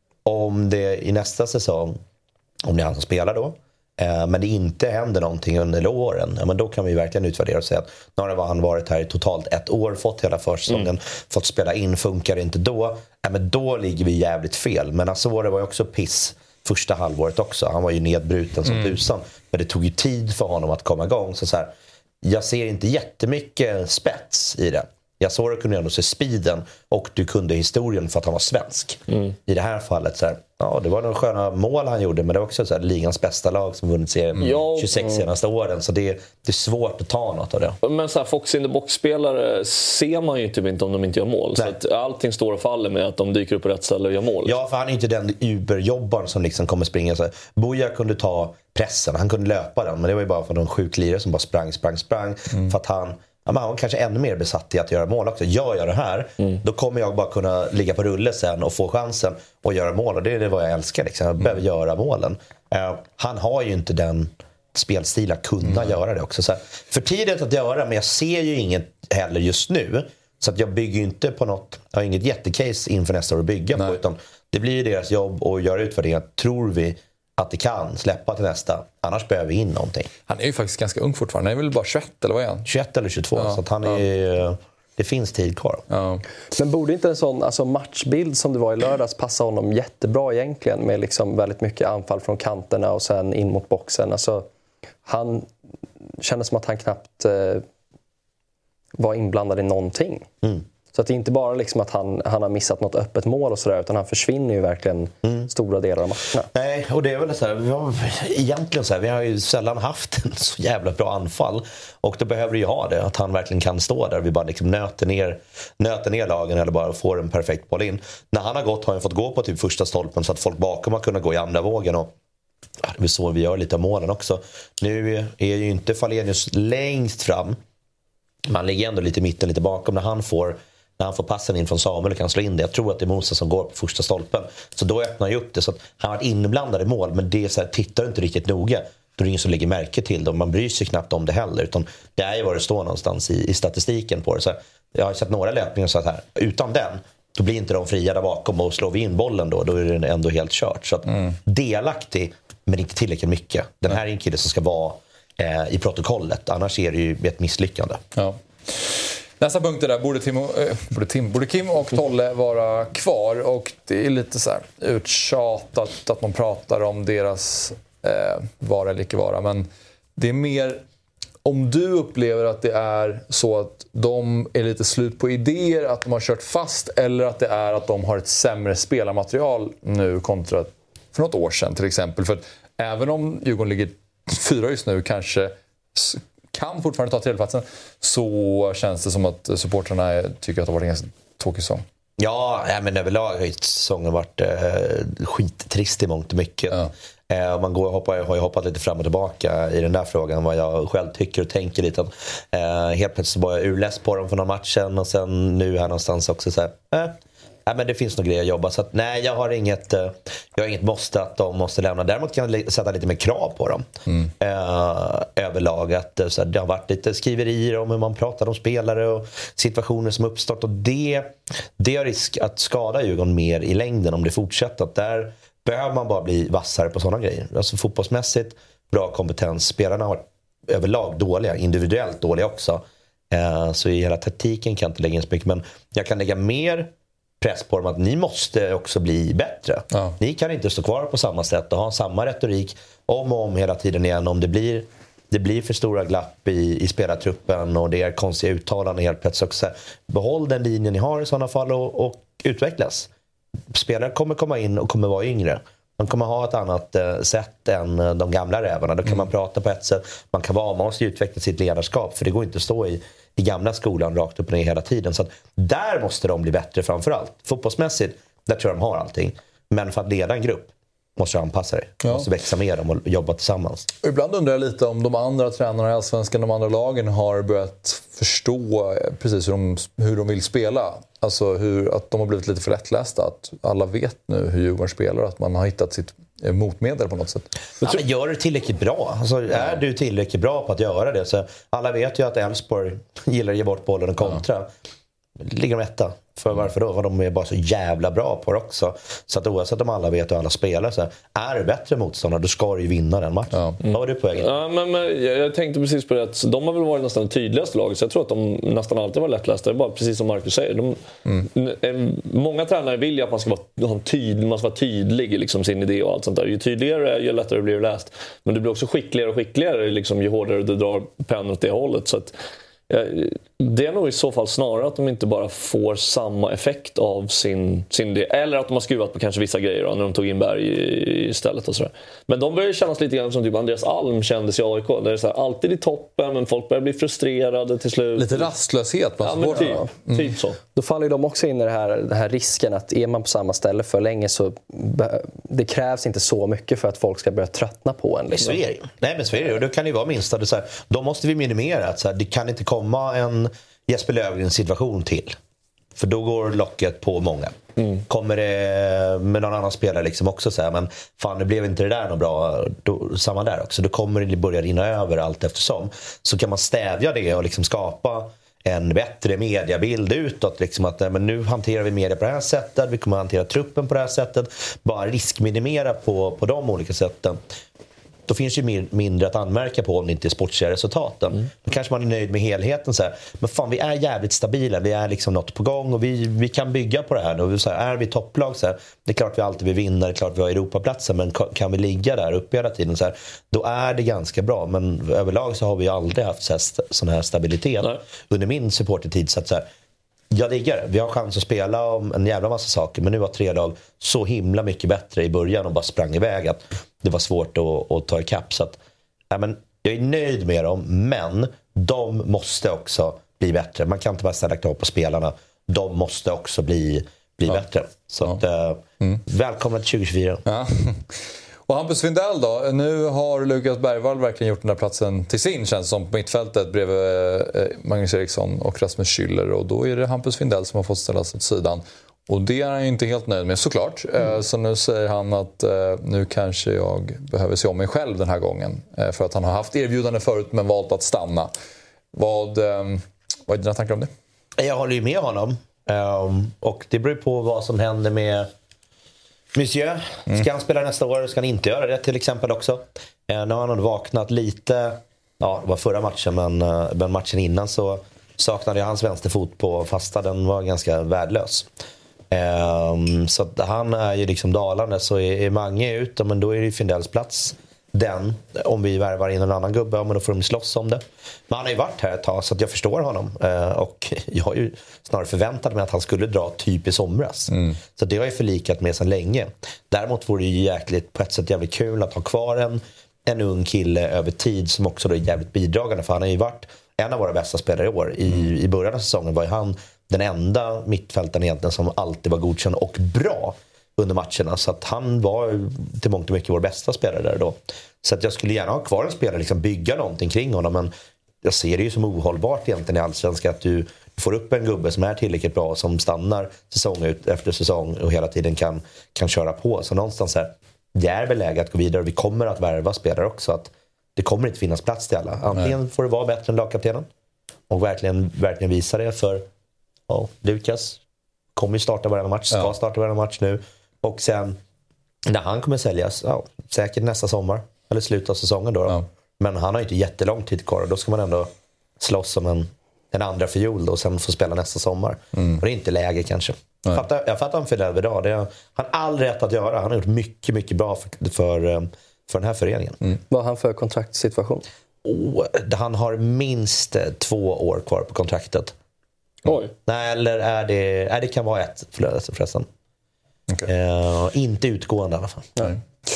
om det i nästa säsong, om det är han som spelar då, eh, men det inte händer någonting under åren, ja, men då kan vi verkligen utvärdera och säga att nu har han varit här i totalt ett år, fått hela försäsongen, mm. fått spela in, funkar det inte då, ja, men då ligger vi jävligt fel. Men Azore var ju också piss första halvåret också. Han var ju nedbruten som mm. tusan. Men det tog ju tid för honom att komma igång. Så, så här, jag ser inte jättemycket spets i det. Jag såg att du kunde ändå se speeden och du kunde historien för att han var svensk. Mm. I det här fallet så här, ja, det var några sköna mål han gjorde, men det var också så här, ligans bästa lag som vunnit serien mm. tjugosex senaste åren, så det, det är svårt att ta något av det. Men så här, Fox in the box-spelare ser man ju typ inte om de inte gör mål. Nej. Så att allting står och faller med att de dyker upp på rätt ställe och gör mål. Ja, för han är inte den Uber-jobbaren som liksom kommer springa så här. Boja kunde ta pressen, han kunde löpa den, men det var ju bara för de sjuklirare som bara sprang, sprang, sprang mm. för att han Ja, man var kanske ännu mer besatt i att göra mål också. Gör jag det här, mm. då kommer jag bara kunna ligga på rulle sen och få chansen att göra mål. Och det är det vad jag älskar. Liksom. Jag behöver mm. göra målen. Uh, han har ju inte den spelstilen att kunna mm. göra det också. Så här, för tidigt att göra, men jag ser ju inget heller just nu. Så att jag bygger ju inte på något, jag har inget jättecase inför nästa år att bygga Nej. på. Utan det blir ju deras jobb att göra utvärderingar, tror vi, att det kan släppa till nästa. Annars behöver vi in någonting. Han är ju faktiskt ganska ung fortfarande. Han är väl bara tjugoett eller vad är han? tjugoett eller tjugotvå. Ja, så att han är, ja. det finns tid kvar. Ja. Men borde inte en sån alltså matchbild som det var i lördags passa honom jättebra egentligen? Med liksom väldigt mycket anfall från kanterna och sen in mot boxen. Alltså, han kändes som att han knappt eh, var inblandad i någonting. Mm. Så att det är inte bara liksom att han, han har missat något öppet mål och sådär, utan han försvinner ju verkligen mm. stora delar av matcherna. Nej, och det är väl så här, vi har, egentligen så här, vi har ju sällan haft en så jävla bra anfall. Och då behöver ju ha det, att han verkligen kan stå där. Vi bara liksom nöter ner, nöter ner lagen eller bara får en perfekt boll in. När han har gått har han fått gå på typ första stolpen så att folk bakom har kunnat gå i andra vågen. Och ja, det är så vi gör lite av målen också. Nu är ju inte Falenius längst fram. Man ligger ändå lite i mitten, lite bakom när han får... När han får passen in från Samuel och kan slå in det. Jag tror att det är Moses som går på första stolpen. Så då öppnar jag upp det. Så att han har varit inblandad i mål. Men det är så här, tittar inte riktigt noga. Då är det ingen som lägger märke till det. Man bryr sig knappt om det heller. Utan det är ju vad det står någonstans i, i statistiken på det. Så här, jag har sett några löpningar så här. Utan den, då blir inte de fria där bakom. Och slår vi in bollen då, då är det ändå helt kört. Så att mm. delaktig, men inte tillräckligt mycket. Den här är en kille som ska vara eh, i protokollet. Annars är det ju ett misslyckande. Ja. Nästa punkt är där, borde, Tim, äh, borde, Tim, borde Kim och Tolle vara kvar? Och det är lite så här uttjatat att man pratar om deras eh, vara eller icke vara. Men det är mer om du upplever att det är så att de är lite slut på idéer, att de har kört fast, eller att det är att de har ett sämre spelarmaterial nu kontra för något år sedan till exempel. För att även om Djurgården ligger fyra just nu, kanske kan fortfarande ta tredjeplatsen, så känns det som att supporterna tycker att det har varit en ganska tråkig säsong. Ja, men överlag har ju säsongen varit eh, skittrist i mångt och mycket. Ja. Eh, man går, hoppar, har ju hoppat lite fram och tillbaka i den där frågan, vad jag själv tycker och tänker lite. Eh, helt plötsligt var jag urläs på dem för någon matchen och sen nu här någonstans också så här, eh, nej, men det finns nog grejer att jobba. Så att, nej, jag har inget, jag har inget måste att de måste lämna. Däremot kan jag sätta lite mer krav på dem. Mm. Eh, överlag. Att, så här, det har varit lite skriverier om hur man pratar om spelare och situationer som uppstått. Och det, det har risk att skada Djurgården mer i längden om det fortsätter. Att där behöver man bara bli vassare på sådana grejer. Alltså fotbollsmässigt, bra kompetens. Spelarna har varit överlag dåliga, individuellt dåliga också. Eh, så i hela taktiken kan jag inte lägga in så mycket. Men jag kan lägga mer press på dem att ni måste också bli bättre. Ja. Ni kan inte stå kvar på samma sätt och ha samma retorik om och om hela tiden igen. Om det blir, det blir för stora glapp i, i spelartruppen och det är konstiga uttalanden helt plötsligt också. Behåll den linjen ni har i sådana fall och, och utvecklas. Spelare kommer komma in och kommer vara yngre. Man kommer ha ett annat eh, sätt än de gamla rävarna. Då kan mm. man prata på ett sätt. Man kan vara, man måste utveckla sitt ledarskap. För det går inte att stå i, i gamla skolan rakt upp och ner hela tiden. Så att där måste de bli bättre framförallt. Fotbollsmässigt, där tror jag de har allting. Men för att leda en grupp måste jag anpassa dig. Ja. Måste växa med dem och jobba tillsammans. Ibland undrar jag lite om de andra tränarna i Allsvenskan, de andra lagen har börjat förstå precis hur de, hur de vill spela. Alltså hur, att de har blivit lite för lättlästa. Att alla vet nu hur Djurgården spelar. Att man har hittat sitt motmedel på något sätt. Ja, men gör du tillräckligt bra? Alltså, är du tillräckligt bra på att göra det? Så alla vet ju att Elfsborg gillar att ge bort bollen och kontra. Ja. ligger de etta. För varför då? För de är bara så jävla bra på det också. Så att oavsett om alla vet och alla spelar så här, är det bättre motståndare, då ska du ju vinna den matchen. Ja. Mm. Vad var du på vägen? Ja, men, men, jag, jag tänkte precis på det att de har väl varit nästan det tydligaste laget. Så jag tror att de nästan alltid var lättlästa. Det är bara precis som Marcus säger. De, mm. Många tränare vill ju att man ska vara tydlig, man ska vara tydlig i liksom sin idé och allt sånt där. Ju tydligare ju lättare blir det läst. Men du blir också skickligare och skickligare liksom, ju hårdare du drar pennan åt det hållet. Så att, det är nog i så fall snarare att de inte bara får samma effekt av sin, sin idé. Eller att de har skruvat på kanske vissa grejer då, när de tog in Berg istället och sådär. Men de börjar kännas lite grann som typ Andreas Alm kändes i A I K. Det är så här, alltid i toppen, men folk börjar bli frustrerade till slut. Lite rastlöshet. Ja, men typ, mm. typ så. Då faller ju de också in i det här, den här risken att är man på samma ställe för länge så det krävs inte så mycket för att folk ska börja tröttna på en. Liksom. Så är det. Nej, men så är det. Och då kan det vara minst att det så här, då måste vi minimera att så här, det kan inte komma en Jesper Löfgrens situation till. För då går locket på många. Mm. Kommer det med någon annan spelare liksom också så här, men fan, det blev inte det där något bra, då, samma där också. Då kommer det börja rinna över allt eftersom. Så kan man stävja det och liksom skapa en bättre mediabild utåt. Liksom att men nu hanterar vi media på det här sättet. Vi kommer att hantera truppen på det här sättet. Bara riskminimera på, på de olika sätten. Då finns ju mindre att anmärka på om det inte är sportsliga resultaten. Mm. Då kanske man är nöjd med helheten. Så här. Men fan, vi är jävligt stabila. Vi är liksom något på gång och vi, vi kan bygga på det här. Och så här, är vi topplag så här, det är klart vi alltid vill vinna. Det är klart vi har Europaplatsen. Men kan vi ligga där uppe hela tiden så här, då är det ganska bra. Men överlag så har vi aldrig haft så här, sån här stabilitet. Nej. Under min supportertid. Så att så här, jag diggar det. Vi har chans att spela om en jävla massa saker. Men nu var tre lag så himla mycket bättre i början och bara sprang iväg att det var svårt att, att ta ikapp. Så att, ja, men jag är nöjd med dem, men de måste också bli bättre. Man kan inte bara ställa krav på spelarna. De måste också bli, bli ja. bättre. Så ja. att, äh, mm. välkomna till tjugo tjugofyra. Ja. Och Hampus Findell då? Nu har Lukas Bergvall verkligen gjort den där platsen till sin, känns som, på mittfältet bredvid Magnus Eriksson och Rasmus Schüller. Och då är det Hampus Findell som har fått ställas åt sidan. Och det är han ju inte helt nöjd med, såklart. Mm. Så nu säger han att nu kanske jag behöver se om mig själv den här gången. För att han har haft erbjudande förut men valt att stanna. Vad, vad är dina tankar om det? Jag håller ju med honom. Och det beror på vad som händer med Monsieur. Ska han spela nästa år? Ska han inte göra det till exempel också? Nu har han vaknat lite. Ja, det var förra matchen, men, men matchen innan så saknade jag hans vänsterfot på fasta. Den var ganska värdelös. Um, så att han är ju liksom dalande. Så är, är Mange ute, men då är det ju Findells plats. Den, om vi värvar in en annan gubbe, men då får de slåss om det. Men han har ju varit här ett tag, så att jag förstår honom. uh, Och jag har ju snarare förväntat mig att han skulle dra typ i somras. mm. Så det har jag förlikat med sedan länge. Däremot vore det ju jäkligt, på ett sätt jävligt kul att ha kvar en, en ung kille över tid, som också då är jävligt bidragande. För han har ju varit en av våra bästa spelare i år. I, mm. i början av säsongen var ju han den enda mittfältaren egentligen som alltid var godkänd och bra under matcherna. Så att han var till mångt och mycket vår bästa spelare där då. Så att jag skulle gärna ha kvar en spelare, liksom bygga någonting kring honom. Men jag ser det ju som ohållbart egentligen i Allsvenskan att du får upp en gubbe som är tillräckligt bra, som stannar säsong ut efter säsong och hela tiden kan, kan köra på. Så någonstans här, det är väl läge att gå vidare. Vi kommer att värva spelare också. Att det kommer inte finnas plats till alla. Antingen Nej. får det vara bättre än lagkaptenen och verkligen, verkligen visa det för ja, Lukas. Kommer ju starta varje match, ska ja. starta varje match nu. Och sen när han kommer säljas, ja, säkert nästa sommar eller slutet av säsongen då. då. Ja. Men han har ju inte jättelång tid kvar och då ska man ändå slåss som en, en andra fiol då, och sen få spela nästa sommar. Mm. Och det är inte läge kanske. Jag fattar, jag fattar han för det idag. Det har han all rätt att göra. Han har gjort mycket, mycket bra för, för, för den här föreningen. Mm. Vad har han för kontraktsituation? Oh, han har minst två år kvar på kontraktet. Oj. Nej, eller är det, är det kan vara ett förresten. Okay. Uh, inte utgående i alla fall. Nej.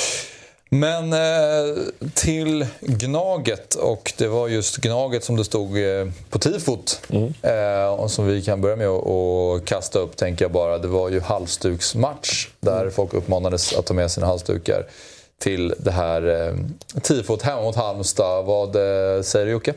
Men eh, till Gnaget, och det var just Gnaget som det stod eh, på tifot mm. eh, och som vi kan börja med att och kasta upp, tänker jag bara. Det var ju halsduksmatch där mm. folk uppmanades att ta med sina halsdukar till det här eh, tifot hemma mot Halmstad. Vad eh, säger du, Jocke?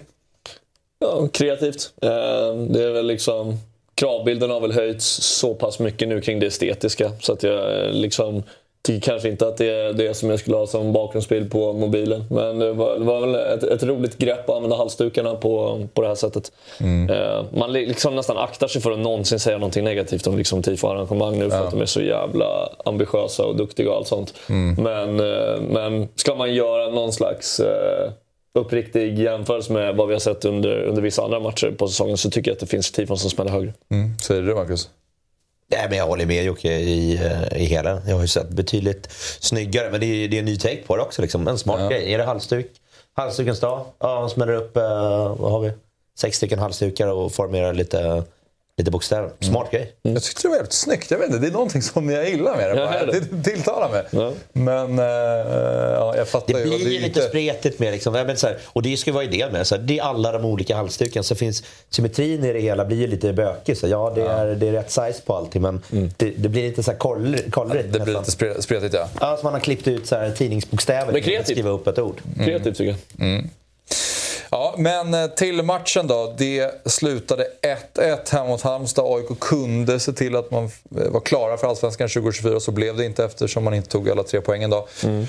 Ja, kreativt. Eh, det är väl liksom, kravbilden har väl höjts så pass mycket nu kring det estetiska, så att jag liksom tycker kanske inte att det är det som jag skulle ha som bakgrundsbild på mobilen. Men det var, det var väl ett, ett roligt grepp att använda halsdukarna på, på det här sättet. Mm. Eh, man liksom nästan aktar sig för att någonsin säga någonting negativt om liksom tifo-arrangemang nu för ja. att de är så jävla ambitiösa och duktiga och allt sånt. Mm. Men, eh, men ska man göra någon slags eh, uppriktig jämförelse med vad vi har sett under, under vissa andra matcher på säsongen, så tycker jag att det finns tifon som smäller högre. Mm. Säger du, Marcus? Nej, men jag håller med Jocke i, i hela. Jag har ju sett betydligt snyggare, men det är, det är en ny take på det också. Liksom. En smart ja. grej. Är det halsduk? Halsdukens dag. Ja, man smäller upp, uh, vad har vi? Sex stycken halsdukar och formerar lite, lite bokstäver. Smart mm. grej. Mm. Jag tyckte det var jävligt snyggt. Jag vet inte, det är någonting som jag gillar med det. Ja, det. det tilltalar mig. Ja. Men uh, ja, jag fattar det ju. Blir det blir lite inte... spretigt med liksom. Men så här, och det ska vara i del med. Så här, det är alla de olika halsduken. Så finns symmetrin i det hela blir ju lite bökig. Så ja, det är, ja. det är rätt size på allting. Men mm. det, det blir lite så här kollrigt. Ja, det blir lite spre- spretigt, ja. Ja, så man har klippt ut så här tidningsbokstäver. Men kreativt. Skriva upp ett ord. Mm. Kreativt tycker jag. Mm. Ja, men till matchen då. Det slutade ett ett hemma mot Halmstad. A I K kunde se till att man var klara för Allsvenskan tjugo tjugofyra. Så blev det inte eftersom man inte tog alla tre poängen då. Mm.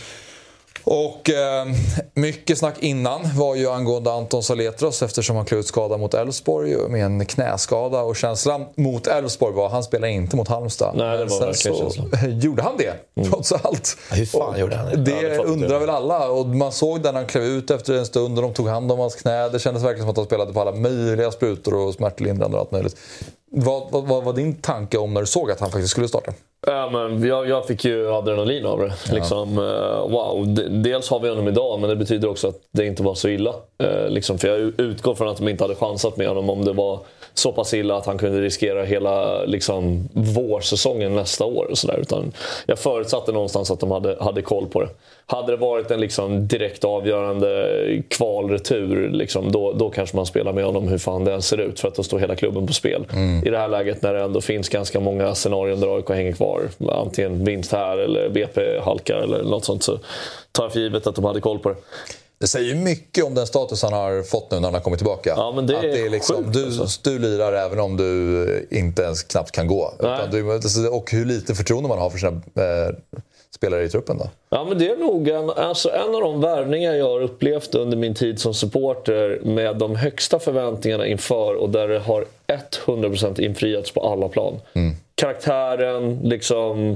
Och eh, mycket snack innan var ju angående Anton Saletros eftersom han klev ut skada mot Elfsborg med en knäskada. Och känslan mot Elfsborg var att han spelade inte mot Halmstad. Nej, det var sen så känslan. Gjorde han det, mm. trots allt. Hur fan och gjorde han det? Det, ja, det undrar det. väl alla. Och man såg när han klev ut efter en stund och de tog hand om hans knä. Det kändes verkligen som att han spelade på alla möjliga sprutor och smärtlindrande och allt möjligt. Vad, vad, vad var din tanke om när du såg att han faktiskt skulle starta? Ja, men jag, jag fick ju adrenalin av det. Ja. Liksom, uh, wow. Dels har vi honom idag, men det betyder också att det inte var så illa. Uh, liksom, för jag utgår från att de inte hade chansat med honom om det var så pass illa att han kunde riskera hela liksom, vårsäsongen nästa år. Och så där. Utan jag förutsatte någonstans att de hade, hade koll på det. Hade det varit en liksom, direkt avgörande kvalretur, liksom, då, då kanske man spelar med honom hur fan det ser ut. För att då står hela klubben på spel. Mm. I det här läget när det ändå finns ganska många scenarier där A I K hänger kvar. Antingen vinst här eller B P halkar eller något sånt, så tar jag för givet att de hade koll på det. Det säger mycket om den status han har fått nu när han har kommit tillbaka. Ja, men det är, att det är liksom, sjukt, du, alltså. du lirar även om du inte ens knappt kan gå. Utan du, och hur lite förtroende man har för sina eh, spelare i truppen då. Ja, men det är nog en, alltså en av de värvningar jag har upplevt under min tid som supporter med de högsta förväntningarna inför och där det har hundra procent infriats på alla plan. Mm. Karaktären, liksom...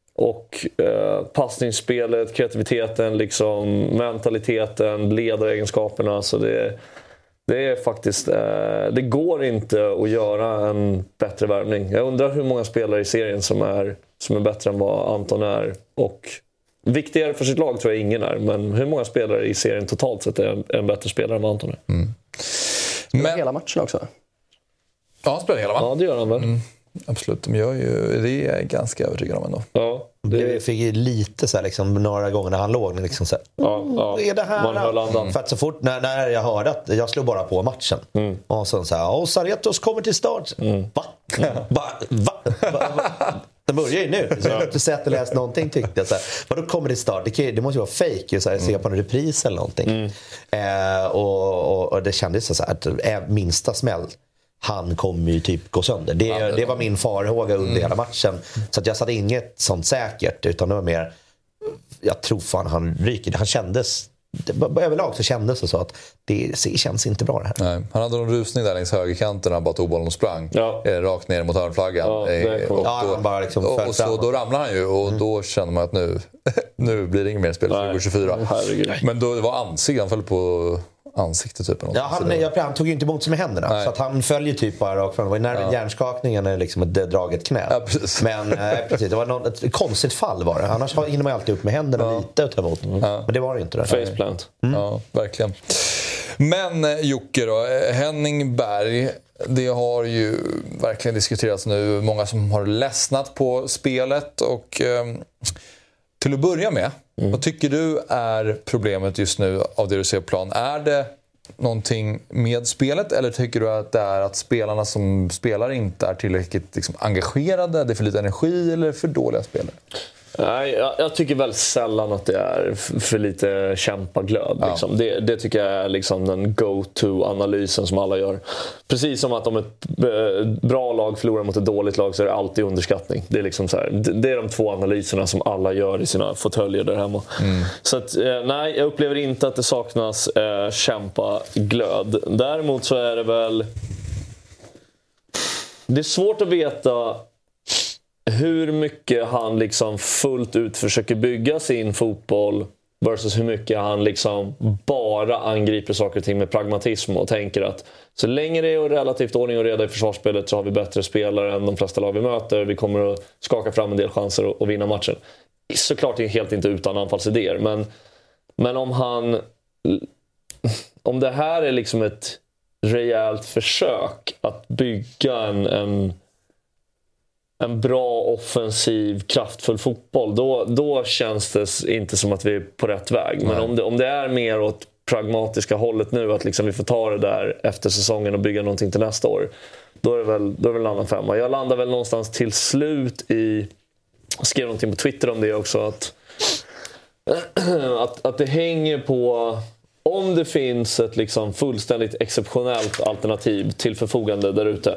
Och eh, passningsspelet, kreativiteten, liksom, mentaliteten, ledaregenskaperna. Så det, det är faktiskt... Eh, det går inte att göra en bättre värvning. Jag undrar hur många spelare i serien som är, som är bättre än vad Anton är. Och viktigare för sitt lag tror jag ingen är. Men hur många spelare i serien totalt sett är en, är en bättre spelare än vad Anton är? Mm. Men hela matchen också? Ja, han spelar hela matchen. Ja, det gör han väl. Mm. Absolut, de gör ju, det är jag ganska övertygad om ändå. Ja, det fick ju lite så här, liksom, några gånger när han låg liksom så här, ja, ja. är det här? Man höll andan. För att så fort när, när jag hörde att jag slog bara på matchen mm. och så så här, och Saretos kommer till start. Mm. Va? Mm. Va? Va? Va? Va? Det börjar ju nu. Så jag har inte sett eller läst någonting tyckte jag. Så här, vad då kommer det start? Det, kan, det måste ju vara fake. Så här, mm. se på en repris eller någonting. Mm. Eh, och, och, och det kändes så här att äh, minsta smäll. Han kommer ju typ gå sönder. Det, ja, det, det var min farhåga under mm. hela matchen. Så att jag satte inget sånt säkert. Utan det var mer... Jag tror fan han ryker. Han kändes... Det, överlag så kändes det så att det, det känns inte bra det här. Nej, han hade någon rusning där längs högerkanten när han bara tog bollen och sprang. Ja. Rakt ner mot hörnflaggan. Ja, och och, ja, då, bara liksom och, och så, då ramlade han ju. Och mm. då kände man att nu, nu blir det inget mer spel tjugo tjugofyra. Men då det var ansiktet. Han föll på... ansikte typ. Ja, han, jag, han tog ju inte emot sig med händerna. Nej. Så att han följer typ bara rakt fram. Det var när ja. hjärnskakningen är liksom ett draget knä. Ja, precis. Men äh, precis, det var något, ett konstigt fall var det. Annars hinner man alltid upp med händerna ja. lite och ta emot. Mm. Men det var det inte. Det. Faceplant. Mm. Ja, verkligen. Men Jocke då, Henning Berg, det har ju verkligen diskuterats nu. Många som har ledsnat på spelet och eh, till att börja med, mm. vad tycker du är problemet just nu av det du ser på plan? Är det någonting med spelet eller tycker du att det är att spelarna som spelar inte är tillräckligt liksom, engagerade? Det är för lite energi eller för dåliga spelare? Nej, jag, jag tycker väl sällan att det är f- för lite kämpaglöd. Ja. Liksom. Det, det tycker jag är liksom den go-to-analysen som alla gör. Precis som att om ett b- bra lag förlorar mot ett dåligt lag så är det alltid underskattning. Det är, liksom så här, det, det är de två analyserna som alla gör i sina fåtöljer där hemma. Mm. Så att, eh, nej, jag upplever inte att det saknas eh, kämpaglöd. Däremot så är det väl... Det är svårt att veta hur mycket han liksom fullt ut försöker bygga sin fotboll versus hur mycket han liksom bara angriper saker och ting med pragmatism och tänker att så länge det är relativt ordning och reda i försvarsspelet så har vi bättre spelare än de flesta lag vi möter. Vi kommer att skaka fram en del chanser och, och vinna matchen. Såklart är helt inte utan anfallsidéer, men, men om han om det här är liksom ett rejält försök att bygga en, en en bra, offensiv, kraftfull fotboll, då, då känns det inte som att vi är på rätt väg. Men om det, om det är mer åt pragmatiska hållet nu, att liksom vi får ta det där efter säsongen och bygga någonting till nästa år, då är det väl, då är det väl en annan femma. Jag landar väl någonstans till slut i, jag skrev någonting på Twitter om det också, att, att, att det hänger på om det finns ett liksom fullständigt exceptionellt alternativ till förfogande där ute.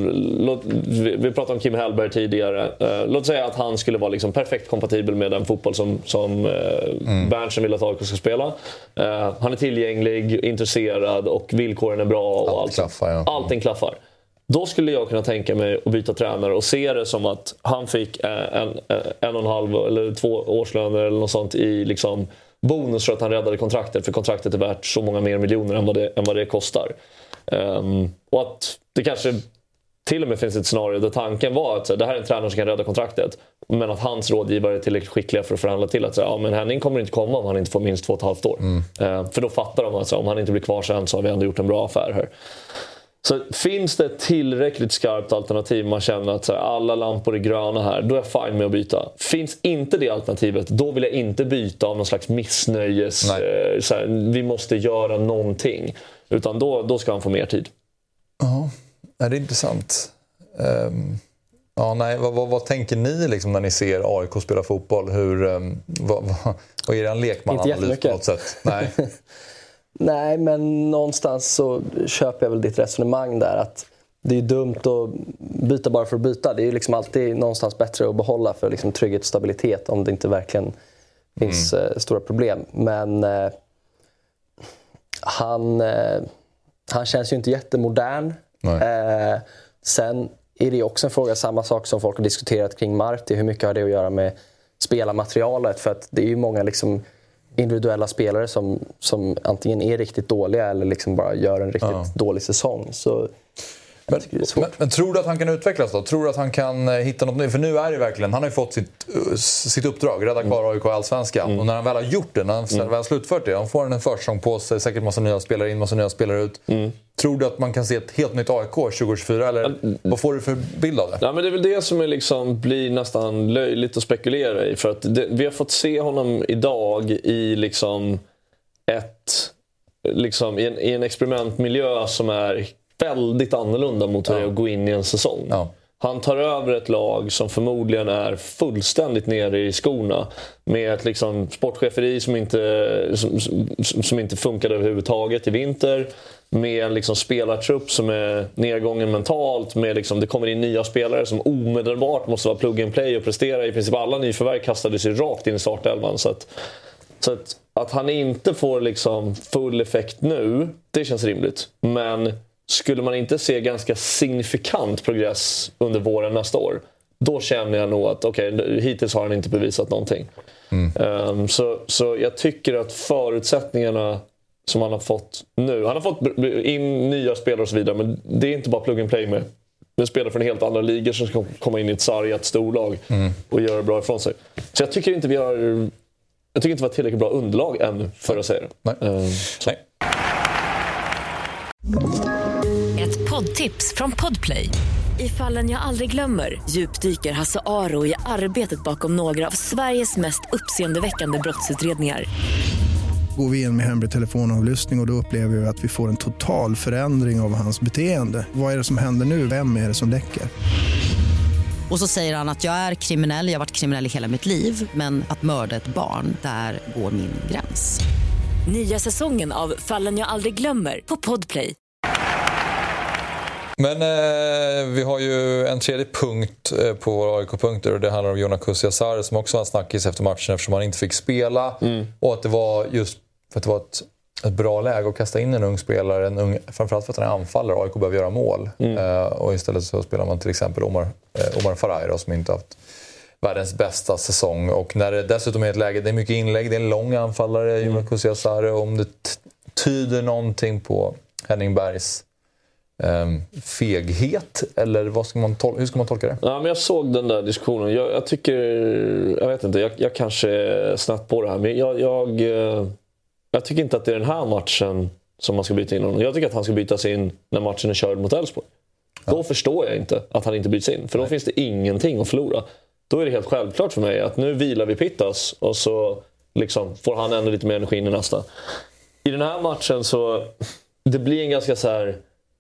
Vi pratade om Kim Hellberg tidigare. Låt säga att han skulle vara liksom perfekt kompatibel med den fotboll som, som mm. Berntsen vill att A I K ska spela. Han är tillgänglig, intresserad och villkoren är bra. Och allt allt, klaffar, ja. Allting klaffar. Då skulle jag kunna tänka mig att byta tränare och se det som att han fick en, en och en halv eller två årslöner eller något sånt i liksom bonus för att han räddade kontraktet, för kontraktet är värt så många mer miljoner än vad det, än vad det kostar. Um, och att det kanske till och med finns ett scenario där tanken var att så, det här är en tränare som kan rädda kontraktet, men att hans rådgivare är tillräckligt skickliga för att förhandla till att så, ja, men Henning kommer inte komma om han inte får minst två och ett halvt år. Mm. Uh, för då fattar de att så, om han inte blir kvar sen så har vi ändå gjort en bra affär här. Så finns det ett tillräckligt skarpt alternativ, man känner att så här, alla lampor är gröna här, då är jag fine med att byta. Finns inte det alternativet, då vill jag inte byta av någon slags missnöjes, eh, så här, vi måste göra någonting, utan då, då ska han få mer tid. Ja, är det intressant. Um, ja, nej, vad, vad, vad tänker ni liksom när ni ser A I K spela fotboll? Hur, um, vad, vad, vad är det en lekmananalys på något sätt? Nej. Nej, men någonstans så köper jag väl ditt resonemang där, att det är dumt att byta bara för att byta. Det är ju liksom alltid någonstans bättre att behålla för liksom trygghet och stabilitet om det inte verkligen finns mm. eh, stora problem. Men eh, han, eh, han känns ju inte jättemodern. Eh, sen är det också en fråga, samma sak som folk har diskuterat kring Marti. Hur mycket har det att göra med spelarmaterialet? För att det är ju många liksom individuella spelare som, som antingen är riktigt dåliga eller liksom bara gör en riktigt ja. dålig säsong. Så men, men, men tror du att han kan utvecklas då? Tror du att han kan hitta något nytt? För nu är det verkligen, han har ju fått sitt, sitt uppdrag, rädda kvar A I K i Allsvenskan. Mm. Och när han väl har gjort det, när han mm. väl har slutfört det, han får en försäsong på sig, säkert massa nya spelare in, massa nya spelare ut. Mm. Tror du att man kan se ett helt nytt A I K tjugo tjugofyra? Eller mm. vad får du för bild av det? Ja, men det är väl det som är liksom, blir nästan löjligt att spekulera i. För att det, vi har fått se honom idag i liksom ett liksom, i, en, i en experimentmiljö som är väldigt annorlunda mot hur det är att gå in i en säsong. Ja. Han tar över ett lag som förmodligen är fullständigt nere i skorna, med ett liksom sportcheferi som inte, som, som, som inte funkade överhuvudtaget i vinter, med en liksom spelartrupp som är nedgången mentalt, med liksom, det kommer in nya spelare som omedelbart måste vara plug and play och prestera. I princip alla nyförvärv kastade sig rakt in i startelvan. Så att, så att, att han inte får liksom full effekt nu, det känns rimligt. Men skulle man inte se ganska signifikant progress under våren nästa år, då känner jag nog att okej, okay, hittills har han inte bevisat någonting. Mm. Um, så, så jag tycker att förutsättningarna som han har fått nu, han har fått in nya spelare och så vidare, men det är inte bara plug and play med med spelare från helt andra ligor som ska komma in i ett sargat storlag mm. och göra bra ifrån sig. Så jag tycker inte vi har jag tycker inte vi har tillräckligt bra underlag än för att säga det. Nej. Um, Nej. Ett poddtips från Podplay. I Fallen jag aldrig glömmer djupdyker Hasse Aro i arbetet bakom några av Sveriges mest uppseendeväckande brottsutredningar. Går vi in med hemlig telefonavlyssning och då upplever vi att vi får en total förändring av hans beteende. Vad är det som händer nu? Vem är det som läcker? Och så säger han att jag är kriminell, jag har varit kriminell i hela mitt liv. Men att mörda ett barn, där går min gräns. Nya säsongen av Fallen jag aldrig glömmer på Podplay. Men eh, vi har ju en tredje punkt eh, på våra A I K-punkter och det handlar om Jonas Kusiasar som också var en snackis efter matchen eftersom han inte fick spela. Mm. Och att det var just för att det var ett, ett bra läge att kasta in en ung spelare, en ung, framförallt för att han är anfallare. A I K behöver göra mål. Mm. Eh, och istället så spelar man till exempel Omar, eh, Omar Faraj då, som inte haft världens bästa säsong. Och när det dessutom är ett läge, det är mycket inlägg, det är en lång anfallare, mm. Jonas Kusiasar. Om det t- tyder någonting på Henning Bergs Um, feghet eller vad ska man tol- hur ska man tolka det? Ja, men jag såg den där diskussionen. Jag, jag tycker, jag vet inte, jag, jag kanske är snabbt på det här, men jag, jag, jag tycker inte att det är den här matchen som man ska byta in honom. Jag tycker att han ska bytas in när matchen är körd mot Elfsborg. Ja. Då förstår jag inte att han inte byts in, för då Nej. finns det ingenting att förlora. Då är det helt självklart för mig att nu vilar vi Pittas och så liksom får han ännu lite mer energi i nästa. I den här matchen så det blir en ganska så här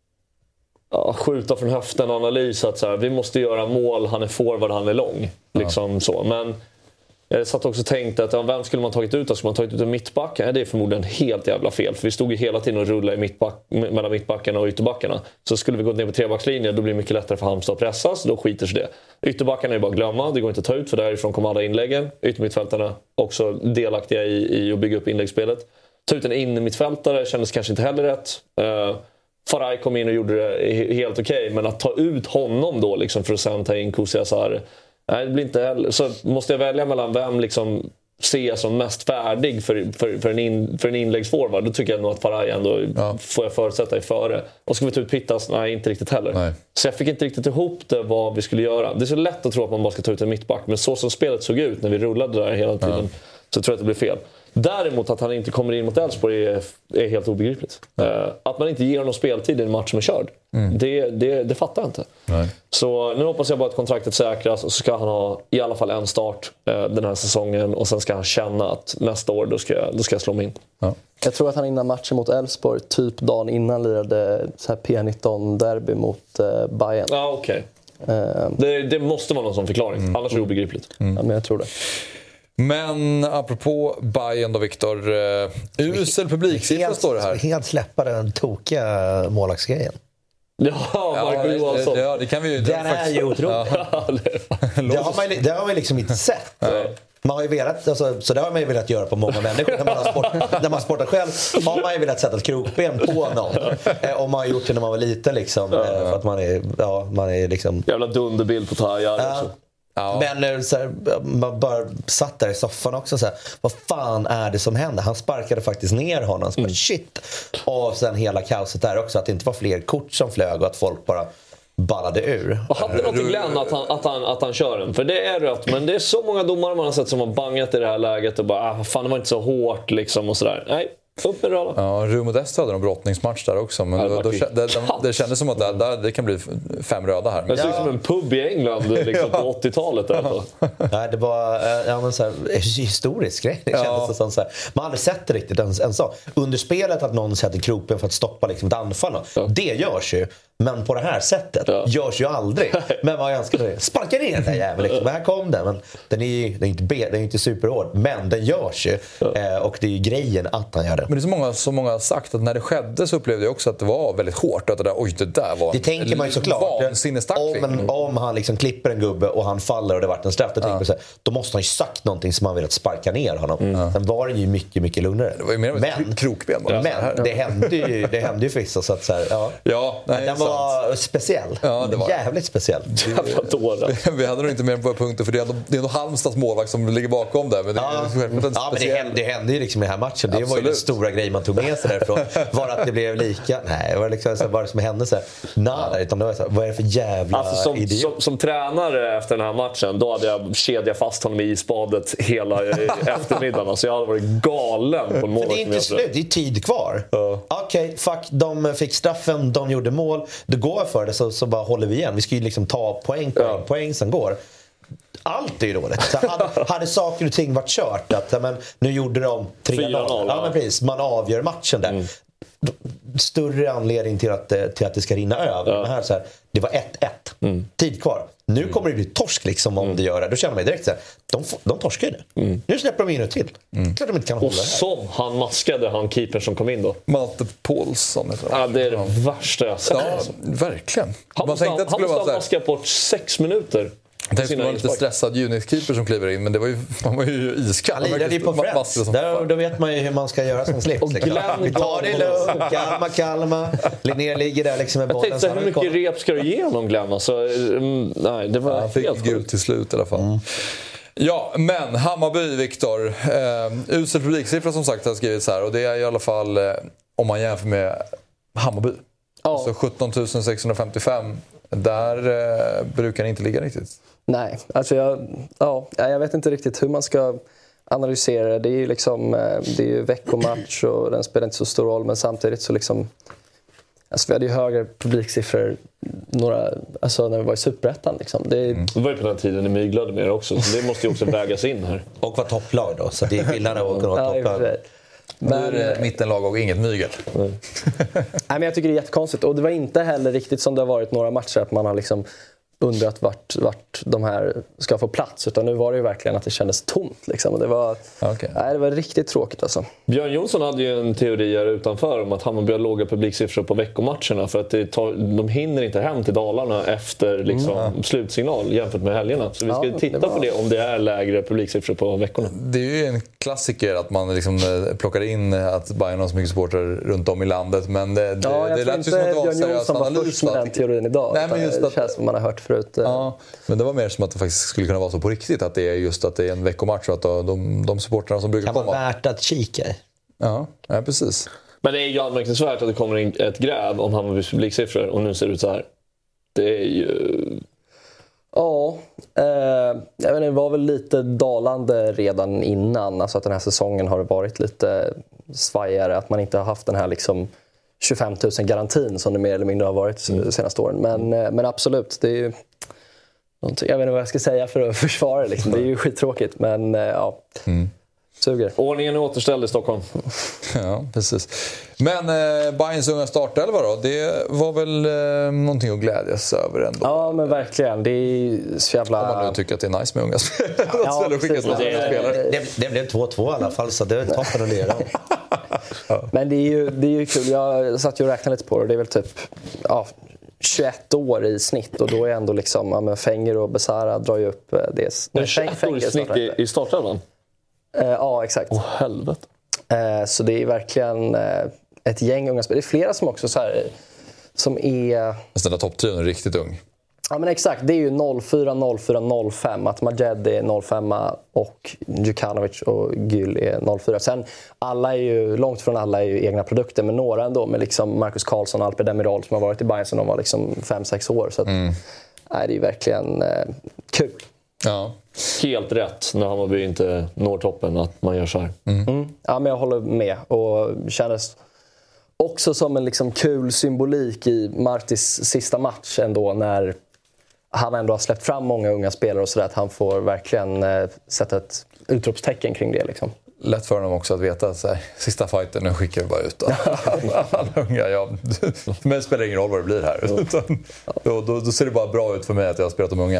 Ja, skjuta från höften analys att så här, vi måste göra mål, han är forward, han är lång liksom ja. så. Men jag satt också och tänkte att ja, vem skulle man tagit ut? Skulle man tagit ut en mittback? Ja, det är förmodligen helt jävla fel, för vi stod ju hela tiden och rullade i mittback, mellan mittbackarna och ytterbackarna. Så skulle vi gå ner på trebackslinjen, då blir det mycket lättare för Halmstad att pressa, så då skiter sig det. Ytterbackarna är bara att glömma, det går inte att ta ut, för därifrån kommer alla inläggen. Yttermittfältarna också delaktiga i, i att bygga upp inläggsspelet. Ta ut en innermittfältare kändes kanske inte heller rätt. Uh, Faraj kom in och gjorde det helt okej, okay, men att ta ut honom då liksom för att sen ta in Kusiasar, nej, det blir inte heller. Så måste jag välja mellan vem liksom ser jag som mest färdig för, för, för, en, in, för en inläggsforward, då tycker jag nog att Faraj ändå ja. får jag förutsätta i före. Och ska vi ta ut Pittas? Nej, inte riktigt heller. Nej. Så jag fick inte riktigt ihop det vad vi skulle göra. Det är så lätt att tro att man bara ska ta ut en mittback, men så som spelet såg ut när vi rullade där hela tiden ja. så tror jag att det blir fel. Däremot att han inte kommer in mot Elfsborg är, är helt obegripligt. Mm. Uh, att man inte ger honom speltid i en match som är körd, mm. det, det, det fattar jag inte. Nej. Så nu hoppas jag bara att kontraktet säkras och så ska han ha i alla fall en start uh, den här säsongen och sen ska han känna att nästa år då ska jag, då ska jag slå mig in. Ja. Jag tror att han innan matchen mot Elfsborg, typ dagen innan, lirade så här P nitton-derby mot uh, Bayern. Ja, okej. Okay. Uh, det, det måste vara någon sån förklaring, mm. annars är det obegripligt. Mm. Ja, men jag tror det. Men apropå Bayern då, Viktor, uh, usel publiksiffra står det här. Helt släppa den tokiga målvaktsgrejen. Ja, Marco Johansson. Ja, det kan vi ju. Den är ju otroligt. Ja. det, har man, det har man liksom inte sett. Nej. Man har ju velat, alltså, så det har man ju velat göra på många människor. När man har sport, när man sportar själv har man ju velat sätta ett krokben på någon. Eh, och man har gjort det när man var liten liksom. Ja, ja. För att man är, ja, man är liksom... Jävla dunderbild på Tajar. Ja. Ja. Men så här, man bara satt där i soffan också så här, vad fan är det som händer? Han sparkade faktiskt ner honom. Så bara, mm. shit. Och sen hela kaoset där också, att det inte var fler kort som flög och att folk bara ballade ur. Och hade något till Glenn att han, att, han, att han kör den. För det är rött, men det är så många domare man har sett som har bangat i det här läget och bara, ah, fan det var inte så hårt liksom och sådär. Nej. Upp med röda. Ja, Rum och Est hade en brottningsmatch där också. Men då, då, det, det, det kändes som att det, där, det kan bli fem röda här. Det såg ut som en pub i England liksom, på åttiotalet. Där. Nej, det var ja, men så här, en historisk grej. Det kändes ja. som så här. Man har aldrig sett det riktigt ens, ens så. Under spelet att någon sätter kroppen för att stoppa liksom, ett anfall. Ja. Det görs ju. Men på det här sättet ja. görs ju aldrig. Men vad jag ska säga, sparka ner den där jäveln liksom. Här kom den. Men den är ju den är inte, be, den är inte superhård. Men den görs ju. Ja. Eh, och det är ju grejen att han gör det. Men det är så många, så många har sagt att när det skedde så upplevde jag också att det var väldigt hårt. Att det där, oj, det där var det tänker man ju såklart. Om, om han liksom klipper en gubbe och han faller och det varit en straff. Ja. Så här, då måste han ju sagt någonting som han vill att sparka ner honom. Mm. Sen var det ju mycket, mycket lugnare. Det var ju mer av ett krokben. Bara. Men det hände ju, det hände ju för vissa. Så att så här, ja. Ja, nej, den var speciell. Ja, det var jävligt speciell. Vi hade nog inte mer på punkter för det är ändå, det är ändå Halmstads målvakt som ligger bakom där. Men det, ja. är en ja, men det hände, det hände ju liksom i den här matchen. Det Absolut. var ju den stora grejen man tog med sig därifrån. Var att det blev lika? Nej, det var liksom så, var det som hände så här, nej, utan det var så här, vad är det för jävla alltså, som, idiot? Som, som tränare efter den här matchen, då hade jag kedjat fast honom i isbadet hela eftermiddagen. Alltså jag hade varit galen på en mål. Det är inte slut, det är tid kvar. Uh. Okej, okay, fuck, de fick straffen, de gjorde mål. Det går för det, så, så bara håller vi igen. Vi ska ju liksom ta poäng, poäng, ja. poäng som går. Allt är ju dåligt. Så hade, hade saker och ting varit kört, att men, nu gjorde de tre noll. Ja, men precis, man avgör matchen där. Mm. Större anledning till att, till att det ska rinna över. Ja. Men här, så här, det var ett ett. Mm. Tid kvar. Nu kommer det bli torsk liksom om mm. det gör det. Då känner man direkt så här, de, de torskar ju nu. Mm. Nu släpper de in och till. Mm. Klart de inte kan hålla och som han maskade, han keepern som kom in då. Malte Paulsson. Ja, det är det värsta jag sett. Ja, alltså. Verkligen. Han måste ha maskat bort sex minuter. Det skulle vara lite stressad unitkeeper som kliver in, men det var ju, man var ju iskall. Han lirade ju på Friends. Där, då vet man ju hur man ska göra som slips. Och Glenn vi tar det lugnt, Kalmar, Kalmar. Linnér ligger där liksom med bollen. Jag tänkte, hur mycket rep ska du ge honom, Glenn? Alltså, um, nej, det var ja, han fick gult till slut i alla fall. Mm. Ja, men Hammarby, Viktor. Eh, usel publiksiffra som sagt har skrivits här. Och det är i alla fall, eh, om man jämför med Hammarby. Ja. Så sjutton tusen sexhundrafemtiofem. Där eh, brukar det inte ligga riktigt. Nej, alltså jag, ja, jag vet inte riktigt hur man ska analysera det. Det är ju liksom, det är ju veckomatch och den spelar inte så stor roll, men samtidigt så liksom, alltså vi hade ju högre publiksiffror några, alltså när vi var i Superettan liksom. Det, mm. det var ju på den tiden ni myglade med också, så det måste ju också vägas in här. Och var topplag då, så det är skillnad att kunna vara topplag. Ja, men nu är det mittenlag och inget mygel. Nej, men jag tycker det är jättekonstigt. Och det var inte heller riktigt som det har varit några matcher att man har liksom undrat vart, vart de här ska få plats. Utan nu var det ju verkligen att det kändes tomt. Liksom. Och det, var, okay. nej, det var riktigt tråkigt alltså. Björn Jonsson hade ju en teori här utanför om att Hammarby har låga publiksiffror på veckomatcherna. För att det tar, de hinner inte hem till Dalarna efter liksom, mm. slutsignal jämfört med helgerna. Så vi ska ja, titta det var... på det om det är lägre publiksiffror på veckorna. Det är ju en klassiker att man liksom plockar in att Bayern har så mycket supportrar runt om i landet. Men det, det, ja, jag det tror inte Björn Jonsson var först med den teorin idag. Nej, men just det att... känns som man har hört förut. Ja, men det var mer som att det faktiskt skulle kunna vara så på riktigt. Att det är just att det är en veckomatch och att de, de supportrarna som brukar kan komma. Kan vara värt att kika. Ja, ja, precis. Men det är ju anmärkningsvärt att det kommer in ett gräv om Hammarbys publiksiffror och nu ser det ut så här. Det är ju... Ja, eh, jag vet inte, det var väl lite dalande redan innan. Alltså att den här säsongen har det varit lite svajigare. Att man inte har haft den här liksom tjugofem tusen garantin som det mer eller mindre har varit de senaste åren. Men, men absolut, det är ju... Jag vet inte vad jag ska säga för att försvara det. Liksom. Det är ju skittråkigt, men ja... Mm. Suger. Ordningen är återställd i Stockholm. Ja, precis. Men eh, Bayerns unga startelva då, det var väl eh, någonting att glädjas över ändå? Ja, men verkligen. Det är så jävla... Om man nu tycker att det är nice med unga spelare. Ja, det, det, det blev två två i alla fall, så det är toppen att lera. Ja. Men det är, ju, det är ju kul. Jag satt ju och räknade lite på det. Det är väl typ... Ja, tjugoett år i snitt och då är ändå liksom ja, men Fenger och Besara drar ju upp det. Men tjugoett år i snitt i, i startelvan? Uh, ja, exakt. Åh, oh, helvete. Uh, så det är verkligen uh, ett gäng unga spelare. Det är flera som också så här, som är... Den där topptrion är riktigt ung. Ja, men exakt. Det är ju noll fyra, noll fyra, noll fem. Att Majed är noll fem och Djukanovic och Gül är noll fyra. Sen, alla är ju, långt från alla är ju egna produkter, men några ändå. Med liksom Marcus Karlsson och Alper Demiral som har varit i Bayern sedan de var liksom fem sex år. Så att, mm. nej, det är ju verkligen uh, kul. Ja. Helt rätt när Hammarby inte når toppen att man gör så här. Mm. Mm. Ja, men jag håller med och kändes också som en liksom kul symbolik i Martis sista match ändå, när han ändå har släppt fram många unga spelare och sådär, att han får verkligen eh, sätta ett utropstecken kring det liksom. Lätt för honom också att veta att så här, sista fighten, nu skickar vi bara ut alla unga. Ja, för mig spelar det ingen roll vad det blir här. Mm. då, då, då ser det bara bra ut för mig att jag har spelat de unga.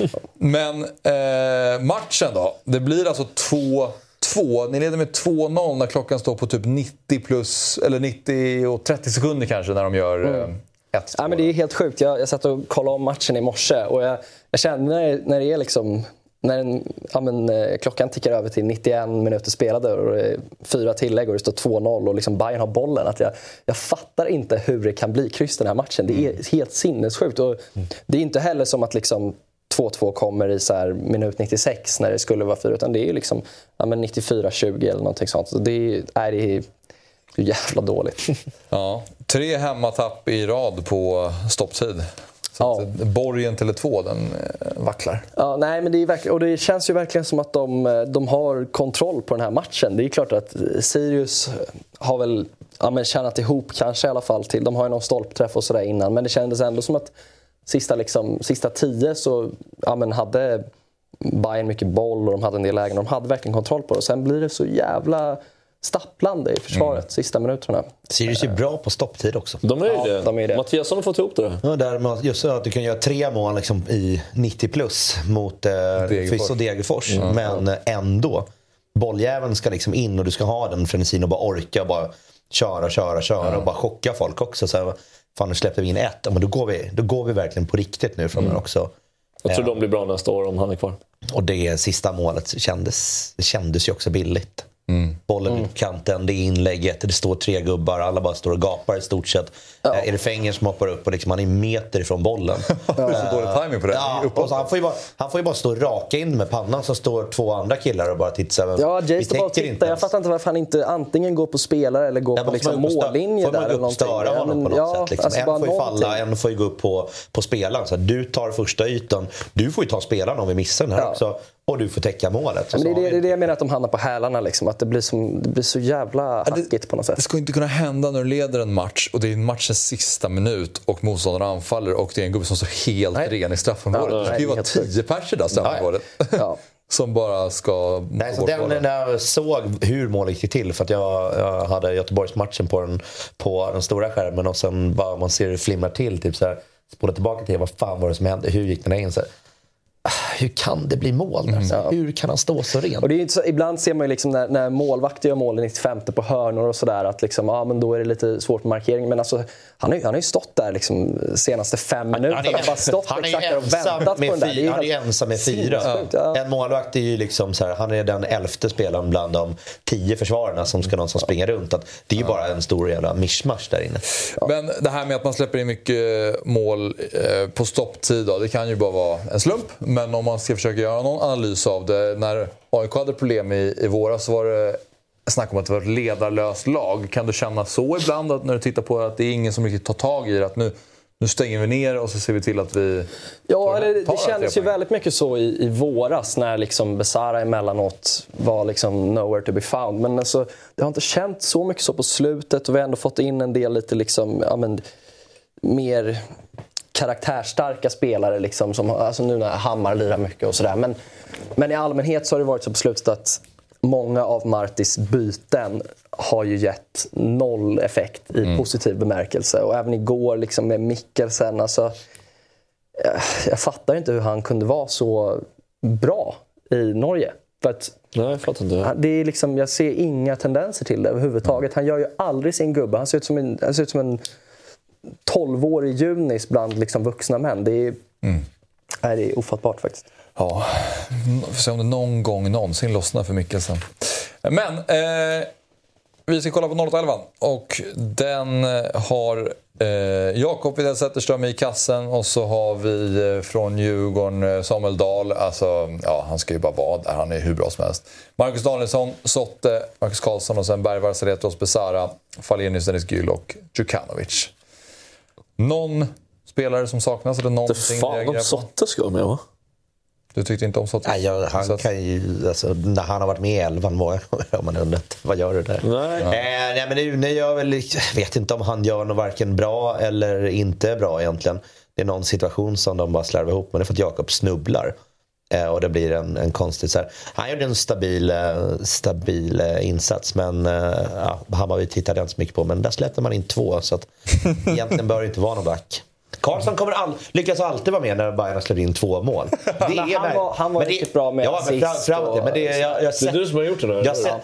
Men eh, matchen då, det blir alltså två två. Ni leder med två noll när klockan står på typ nittio plus, eller nittio och trettio sekunder kanske när de gör mm. eh, ett två. Ja, men det är helt sjukt. Jag, jag satt och kollade om matchen i morse och jag, jag kände när, när det är liksom... När en, ja, men, eh, klockan tickar över till nittioen minuter spelade och eh, fyra tillägg och det står två noll och liksom Bayern har bollen. Att jag, jag fattar inte hur det kan bli kryss den här matchen. Det är mm. helt sinnessjukt. Och mm. det är inte heller som att liksom två två kommer i så här minut nittiosex när det skulle vara fyra. Utan det är liksom ja, men nittiofyra tjugo eller någonting sånt. Så det är, är det jävla dåligt. Ja, tre hemmatapp i rad på stopptid. Så ja. att borgen Tele två, den vacklar. Ja, nej, men det är verkligen, och det känns ju verkligen som att de, de har kontroll på den här matchen. Det är klart att Sirius har väl ja, men tjänat ihop kanske i alla fall till. De har ju någon stolpträff och sådär innan. Men det kändes ändå som att sista, liksom, sista tio så ja, men hade Bayern mycket boll och de hade en del lägen. De hade verkligen kontroll på det. Och sen blir det så jävla stapplande i försvaret mm. sista minuterna. Sirius är bra på stopptid också. De är ju ja, det. De är det. Mattiasson har fått ihop det. Ja, där man, just så att du kan göra tre mål liksom, i nittio plus mot eh, Degerfors. Och Degerfors. Mm. Men eh, ändå. Bolljäveln ska liksom in och du ska ha den frenesin och bara orka och bara köra, köra, köra mm. och bara chocka folk också. Så här, fan, nu släppte vi in ett. Men då går vi, då går vi verkligen på riktigt nu från mm. också. Jag tror de blir bra nästa år om han är kvar. Och det sista målet kändes, det kändes ju också billigt. Mm. Bollen mm. på kanten, det är inlägget, det står tre gubbar, alla bara står och gapar i stort sett. Ja. Är det Fänger som hoppar upp och liksom, han är meter ifrån bollen. Det är så dålig timing på det. Ja, och så han, får ju bara, han får ju bara stå raka in med pannan, så står två andra killar och bara tittar. Ja, Jay står bara och tittar. Jag fattar inte varför han inte antingen går på spelare eller går ja, på liksom mållinje där. Får man störa honom på något ja, sätt. Liksom. Alltså en får ju falla, en får ju gå upp på, på spelaren. Så du tar första ytan, du får ju ta spelaren om vi missar den här ja. också. Och du får täcka målet. Men det, är det, det är det jag menar, att de hamnar på hälarna. Liksom, att det blir, som, det blir så jävla hackigt på något sätt. Det ska inte kunna hända när du leder en match och det är matchens sista minut och motståndaren anfaller och det är en gubbe som står helt nej. ren i straffområdet. Ja, det ska ju vara tio pers där straffområdet. Ja. Som bara ska... Nej, så den, när jag såg hur målet gick till, för att jag, jag hade Göteborgsmatchen på den, på den stora skärmen och sen bara man ser det flimrar till, typ så här, spola tillbaka till vad fan var det som hände, hur gick den här in så här. Hur kan det bli mål där? Mm. Hur kan han stå så rent? Och det är så, ibland ser man ju liksom när, när målvakter gör mål i nittiofemte på hörnor och sådär, att liksom, ja, men då är det lite svårt med markering. Men alltså, han har ju, han har ju stått där liksom senaste fem minuter. Han, han, bara stått han är ju ensam med, fyra, är han är ensam med fyra. Ja. En målvakt är ju liksom så här, han är den elfte spelaren bland de tio försvararna som ska någonstans springa runt. Att det är ju bara en stor jävla mischmasch där inne. Ja. Men det här med att man släpper in mycket mål eh, på stopptid då, det kan ju bara vara en slump. Men om man ska försöka göra någon analys av det. När A I K hade problem i, i våras så var det snack om att det var ett ledarlöst lag. Kan du känna så ibland att när du tittar på att det är ingen som riktigt tar tag i det? Att nu, nu stänger vi ner och så ser vi till att vi... Ja, eller, det kändes ju väldigt mycket så i, i våras när liksom Besara emellanåt var liksom nowhere to be found. Men alltså, det har inte känt så mycket så på slutet och vi har ändå fått in en del lite liksom, ja, men, mer... karaktärstarka spelare liksom, som, alltså nu när Hammar lirar mycket och sådär. Men, men i allmänhet så har det varit så på slutet att många av Martis byten har ju gett noll effekt i mm. positiv bemärkelse. Och även igår liksom med Mikkelsen, alltså, jag, jag fattar inte hur han kunde vara så bra i Norge. För att Nej, jag fattar inte. Det är liksom, jag ser inga tendenser till det överhuvudtaget. Han gör ju aldrig sin gubbe. Han ser ut som en, han ser ut som en tolvårig junis bland liksom vuxna män. Det är, mm. är det ofattbart faktiskt. Ja, vi får se om det någon gång någonsin lossnar för Mikkelsen. Men eh, vi ska kolla på noll åtta elva och den har eh, Jakob Widell Zetterström i kassen och så har vi eh, från Djurgården Samuel Dahl. Alltså, ja, han ska ju bara vara där, han är hur bra som helst. Marcus Danielsson, Sotte, Marcus Karlsson och sen Bergvar, Saletros, Besara, Falenius, Dennis Gyll och Djukanovic. Någon spelare som saknas eller någonting? Det fan om Sotte ska med, va? Du tyckte inte om Sotte? Nej, jag, han så kan ju, alltså, när han har varit med i elvan, vad har man undrat? Vad gör du där? Nej, ja. eh, nej men Une gör väl, jag vet inte om han gör något varken bra eller inte bra egentligen. Det är någon situation som de bara slarvar ihop, men det är för att Jakob snubblar. Eh, och det blir en, en konstig så här. Han gjorde en stabil, stabil insats, men eh, ja, Hammarby tittade inte så mycket på, men där släppte man in två, så att egentligen bör det inte vara någon back. Karlsson kommer all, lyckas alltid vara med när Bayern släpper in två mål. Det är han, var, han var men riktigt det, bra med ja, assist. Men fram, fram, och, men det, jag, jag sett, det är du som har gjort det där. Jag, sett,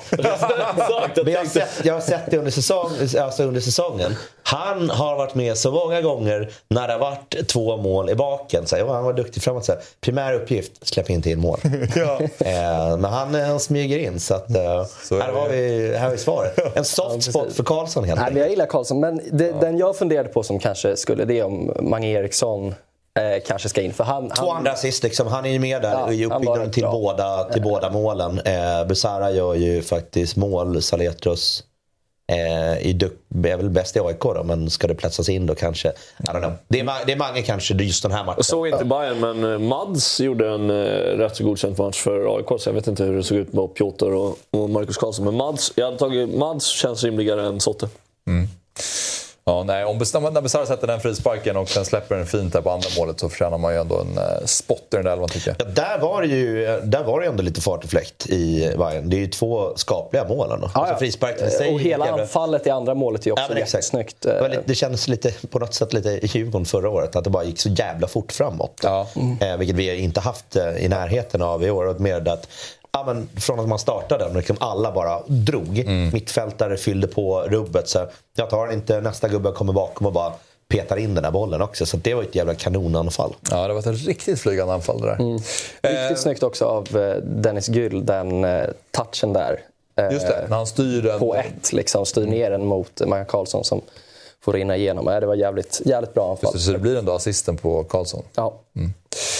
jag, har sett, jag har sett det under, säsong, alltså under säsongen. Han har varit med så många gånger när det har varit två mål i baken. Så, ja, han var duktig framåt. Så, primär uppgift, släpp in till mål. Ja. eh, men han, han smyger in. Så, att, eh, så här, har vi, här har vi svaret. En soft spot för Karlsson helt enkelt. Nej, jag gillar Karlsson, men det, ja. den jag funderade på som kanske skulle det om Mange Eriksson eh, kanske ska in. För han, Två han, andra assist, liksom. Han är ju med där ja, i uppbyggnaden till, båda, till båda målen. Eh, Besara gör ju faktiskt mål. Saletros eh, är väl bäst i A I K då, men ska det platsas in då kanske? I don't know. Det är, det är Mange kanske just den här matchen. Jag såg inte Bayern, men Mads gjorde en eh, rätt så godkänt match för A I K, så jag vet inte hur det såg ut med Piotr och, och Marcus Karlsson. Men Mads, jag hade tagit, Mads känns rimligare än Sotte. Mm. Ja, nej, om när Besara sätter den frisparken och sen släpper den fint där på andra målet så förtjänar man ju ändå en uh, spot i den där elvan, tycker jag. Ja, där var det ju där var det ändå lite fart och fläkt i Bayern. Det är ju två skapliga mål då. Ja, alltså frisparken i sig, och hela jävla... anfallet i andra målet är ju också ja, jättesnyggt. Det, lite, det kändes lite, på något sätt lite i Djurgården förra året att det bara gick så jävla fort framåt. Ja. Mm. Eh, vilket vi inte haft eh, i närheten av i år. Och mer att ja, men från att man startade liksom alla bara drog. Mm. Mittfältare fyllde på rubbet. Så jag tar den inte, nästa gubbe kommer bakom och bara petar in den här bollen också. Så det var ett jävla kanonanfall. Ja, det var ett riktigt flygande anfall det där. Mm. Riktigt eh. snyggt också av Dennis Gyll, den eh, touchen där. Eh, Just det, när han styr den. På ett, liksom, styr ner den mot Maja Karlsson som får rinna igenom. Eh, det var jävligt, jävligt bra anfall. Just det, så det blir ändå assisten på Karlsson. Ja. Mm.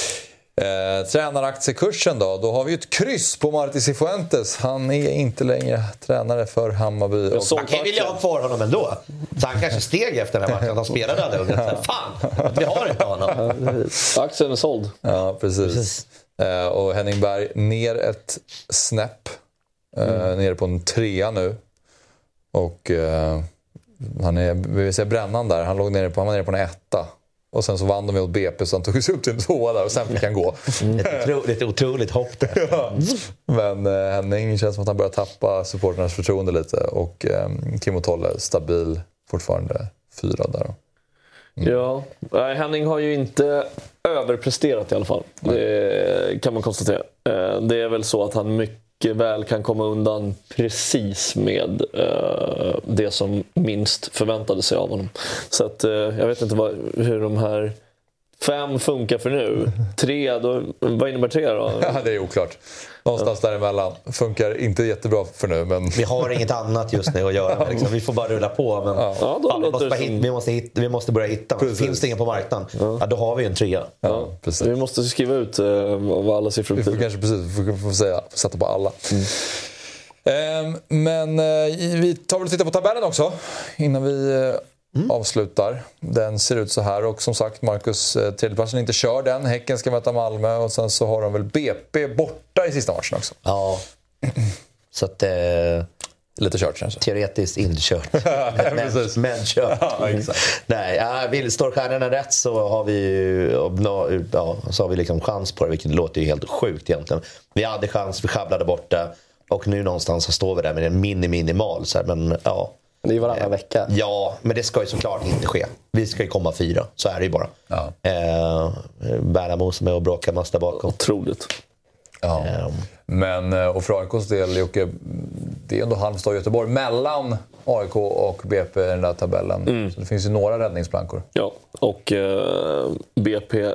Eh, tränaraktiekursen då, då har vi ju ett kryss på Marti Cifuentes. Han är inte längre tränare för Hammarby. Och... Man kan ju vilja ha kvar honom ändå. Så han kanske steg efter den här matchen att han spelade aldrig. Och ja. Fan, vi har inte honom. Aktien är såld. Ja, precis. precis. Eh, och Henning Berg ner ett snäpp. Eh, mm. Nere på en trea nu. Och eh, han är, vi vill säga brännan där. Han låg nere på, han var nere på en etta. Och sen så vann de mot B P så han tog sig upp till en tvåa där och sen fick han gå. Mm. Ett otroligt, otroligt hopp där. Ja. Men eh, Henning känns som att han börjar tappa supporternas förtroende lite. Och eh, Kim Tolle stabil fortfarande fyra där då. Mm. Ja, Henning har ju inte överpresterat i alla fall. Det kan man konstatera. Det är väl så att han mycket väl kan komma undan precis med uh, det som minst förväntade sig av honom. Så att uh, jag vet inte vad, hur de här fem funkar för nu. Tre, då, vad innebär tre då? Ja, det är oklart. Någonstans ja. Däremellan. Funkar inte jättebra för nu. Men... Vi har inget annat just nu att göra. Liksom. Vi får bara rulla på. Men... Ja. Ja, då ja, vi, måste bara hitta, vi, måste hitta, vi måste börja hitta. Precis. Finns det ingen på marknaden? Ja. Ja, då har vi en trea. Ja, precis. Vi måste skriva ut uh, vad alla siffror betyder. Vi får kanske precis vi får säga, sätta på alla. Mm. Um, men uh, vi tar väl och tittar på tabellen också. Innan vi... Uh, Mm. avslutar. Den ser ut så här och som sagt Marcus eh, tredjeplatsen inte kör den. Häcken ska möta Malmö och sen så har de väl B P borta i sista matchen också. Ja. Så att eh, lite kört kanske. Teoretiskt inte kört. men, men kört. Ja, exakt. Nej, ja, vill står stjärnorna rätt så har vi ju ja, så har vi liksom chans på det, vilket låter ju helt sjukt egentligen. Vi hade chans, vi sjabblade bort det och nu någonstans så står vi där med en mini minimal så här, men ja. Det är ju varannan vecka. Ja, men det ska ju såklart inte ske. Vi ska ju komma fyra, så är det ju bara. Ja. Eh, Bärnamo som är och bråkar massa bakom. Otroligt. Ja. Eh. Men, och för A I K:s del, Jocke, det är ändå Halmstad och Göteborg mellan A I K och B P i den där tabellen. Mm. Så det finns ju några räddningsplankor. Ja, och eh, B P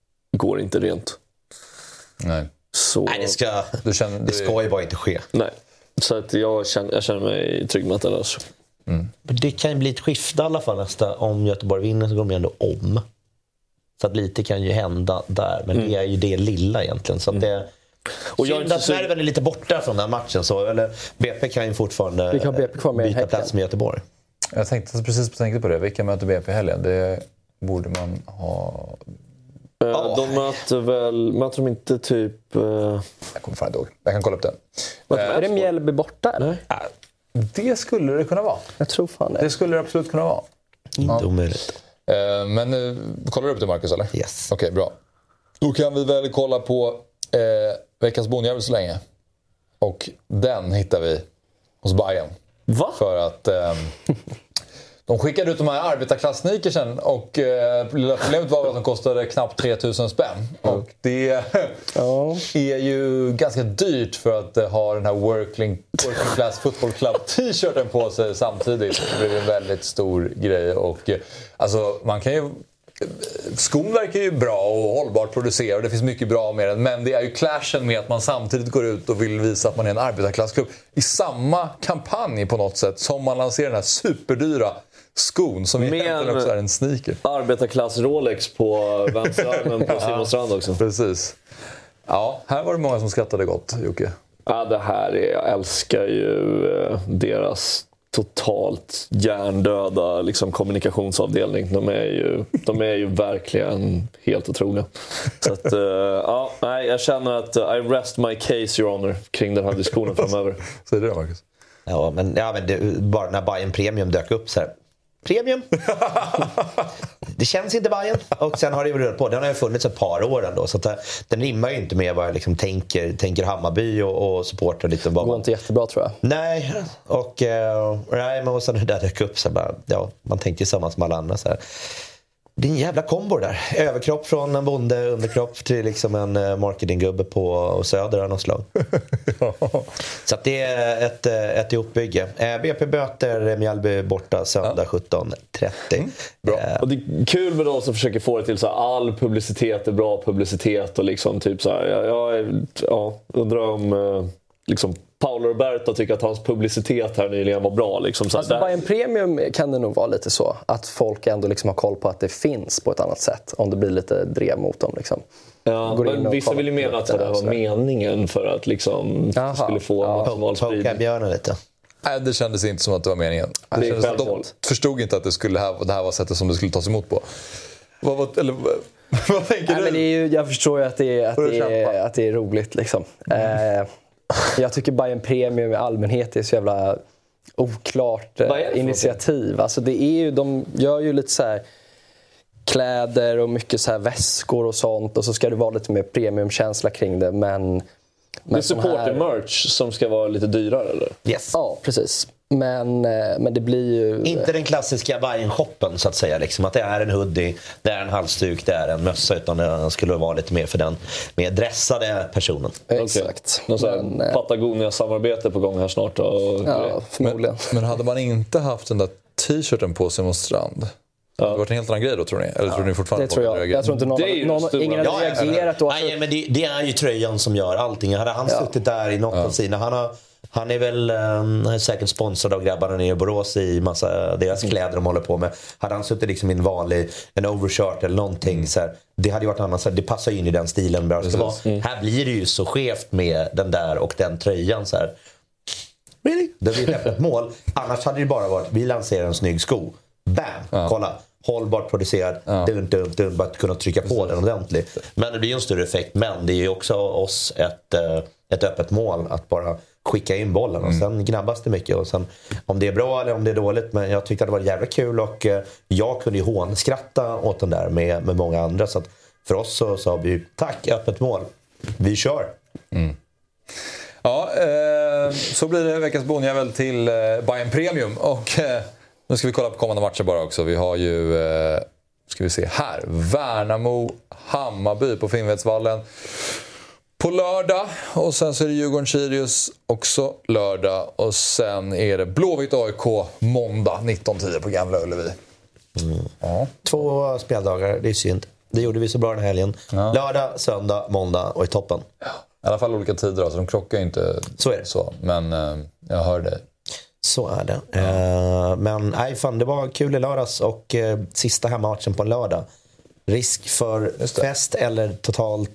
går inte rent. Nej. Så... Nej, det ska, du känner, du... det ska ju bara inte ske. Nej. Så att jag, känner, jag känner mig trygg med att det löser. Mm. Det kan ju bli ett skifte i alla fall nästa. Om Göteborg vinner så går de ändå om. Så att lite kan ju hända där. Men mm. det är ju det lilla egentligen. Så att det, och jag synd att Sverige är lite borta från den här matchen. Så, eller B P kan ju fortfarande Vi kan B P kvar med byta plats med Göteborg. Jag tänkte precis tänkte på det. Vilka möter B P i helgen? Det borde man ha... Uh, de möter väl... Möter de inte typ... Uh... Jag kommer fan inte ihåg. Jag kan kolla upp det. Uh, är det Mjällby borta eller? Uh, det skulle det kunna vara. Jag tror fan det. Det skulle det absolut kunna vara. Inte ja. omöjligt. Uh, men uh, kollar du upp det, Marcus, eller? Yes. Okej, okay, bra. Då kan vi väl kolla på uh, veckans bonjävel så länge. Och den hittar vi hos Bayern. Va? För att... Um, de skickade ut de här arbetarklass-sneakersen och eh, problemet var att de kostade knappt tre tusen spänn. Och det ja. är ju ganska dyrt för att eh, ha den här working, working Class Football Club-t-shirten på sig samtidigt. Det blir en väldigt stor grej. Och, eh, alltså, man kan ju... Skon verkar ju bra och hållbart producerad och det finns mycket bra med den. Men det är ju clashen med att man samtidigt går ut och vill visa att man är en arbetarklassklubb i samma kampanj på något sätt som man lanserar den här superdyra skon som egentligen också är en sneaker. Arbetarklass Rolex på vänsterarmen på Simon Strand också. Precis. Ja, här var det många som skrattade gott, Jocke. Ja, det här är, jag älskar ju eh, deras totalt hjärndöda liksom, kommunikationsavdelning. De är ju, de är ju verkligen helt otroliga. Så att, uh, ja, nej, jag känner att uh, I rest my case, your honor, kring den här diskussionen framöver. Säger du det, Marcus? Ja, men, ja, men det, bara när Bayern Premium dök upp så här. Premium. Det känns inte Bayern. Och sen har det ju rört på. Den har ju funnits ett par år ändå. Så att det, den rimmar ju inte med vad jag liksom tänker, tänker Hammarby och, och supporter lite. Det går inte jättebra tror jag. Nej. Och, uh, nej, men och sen det där dök upp så bara, ja, man tänkte ju samma som alla andra så här. Det är en jävla kombo där. Överkropp från en bonde, underkropp till liksom en marketinggubbe på Söder av något slag. Ja. Så att det är ett, ett ihopbygge. B P böter Mjällby borta söndag ja. sjutton trettio. Mm. Bra. Eh. Och det är kul med de som försöker få det till så här, all publicitet är bra publicitet och liksom typ så här, jag, jag ja, undrar om liksom Paolo Roberto tycker att hans publicitet här nyligen var bra. Liksom, så alltså, där... Bayern Premium kan det nog vara lite så. Att folk ändå liksom har koll på att det finns på ett annat sätt. Om det blir lite drev mot dem. Liksom. Ja, men vissa vill ju mena att det var meningen för att liksom skulle få ja. maximal spridning. Poka björnen lite. Nej, det kändes inte som att det var meningen. Det det kändes, de förstod inte att det, skulle här, det här var sättet som det skulle tas emot på. Vad, vad, eller, vad tänker Nej, du? Men det är ju, jag förstår ju att det är, att det är, att det är roligt. Liksom. Mm. Eh, Jag tycker Bayern Premium i allmänhet är så jävla oklart eh, initiativ. Alltså det är ju, de gör ju lite så här kläder och mycket så här väskor och sånt. Och så ska det vara lite mer premiumkänsla kring det. Men, men det är supporter-merch här... som ska vara lite dyrare eller? Yes. Ja, precis. Men, men det blir ju... Inte den klassiska Bayern-shoppen så att säga. Liksom, att det är en hoodie, det är en halsduk, det är en mössa. Utan det skulle vara lite mer för den mer dressade personen. Exakt. Okay. Men, Patagonia-samarbete på gång här snart. Och... Ja, förmodligen. Men, men hade man inte haft den där t-shirten på sig mot Strand? Ja. Det har varit en helt annan grej då tror ni? Eller ja. tror ni fortfarande det tror jag. Jag tror inte någon, någon, ingen hade ja, reagerat då. Nej, men det, det är ju tröjan som gör allting. Hade han ja. suttit där i något ja. av sina... Han har... Han är väl um, han är säkert sponsrad av grabbarna nere i Borås i massa deras kläder de håller på med. Hade han suttit liksom i en vanlig en overshirt eller någonting mm. så här, det hade ju varit annat så här, det passar in i den stilen bara ska vara. Mm. Här blir det ju så skevt med den där och den tröjan så här. Really? Det blir ett mål. Annars hade det bara varit vi lanserar en snygg sko. Bam, ja. kolla. Hållbart producerad, ja. dun, dun, dun, bara att kunna trycka på Precis. den ordentligt. Men det blir ju en större effekt, men det är ju också oss ett, ett öppet mål att bara skicka in bollen och mm. sen gnabbas det mycket och sen om det är bra eller om det är dåligt, men jag tyckte att det var jävligt kul och jag kunde ju hånskratta åt den där med, med många andra, så att för oss så sa vi tack, öppet mål, vi kör. Mm. Ja, eh, så blir det veckans bonjävel till eh, Bayern Premium och eh, nu ska vi kolla på kommande matcher bara också. Vi har ju, eh, ska vi se här, Värnamo, Hammarby på Finnvedsvallen på lördag. Och sen så är det Djurgården-Sirius också lördag. Och sen är det Blåvitt-A I K måndag nitton tio på Gamla Ullevi. Mm. Ja. Två speldagar, det är synd. Det gjorde vi så bra den här helgen. Ja. Lördag, söndag, måndag och i toppen. Ja. I alla fall olika tider, alltså de krockar ju inte så. Är det. så men eh, jag hör dig. Så är det. Ja. Uh, men nej, fan, det var kul i lördags och uh, sista hemmamatchen på en lördag. Risk för fest eller totalt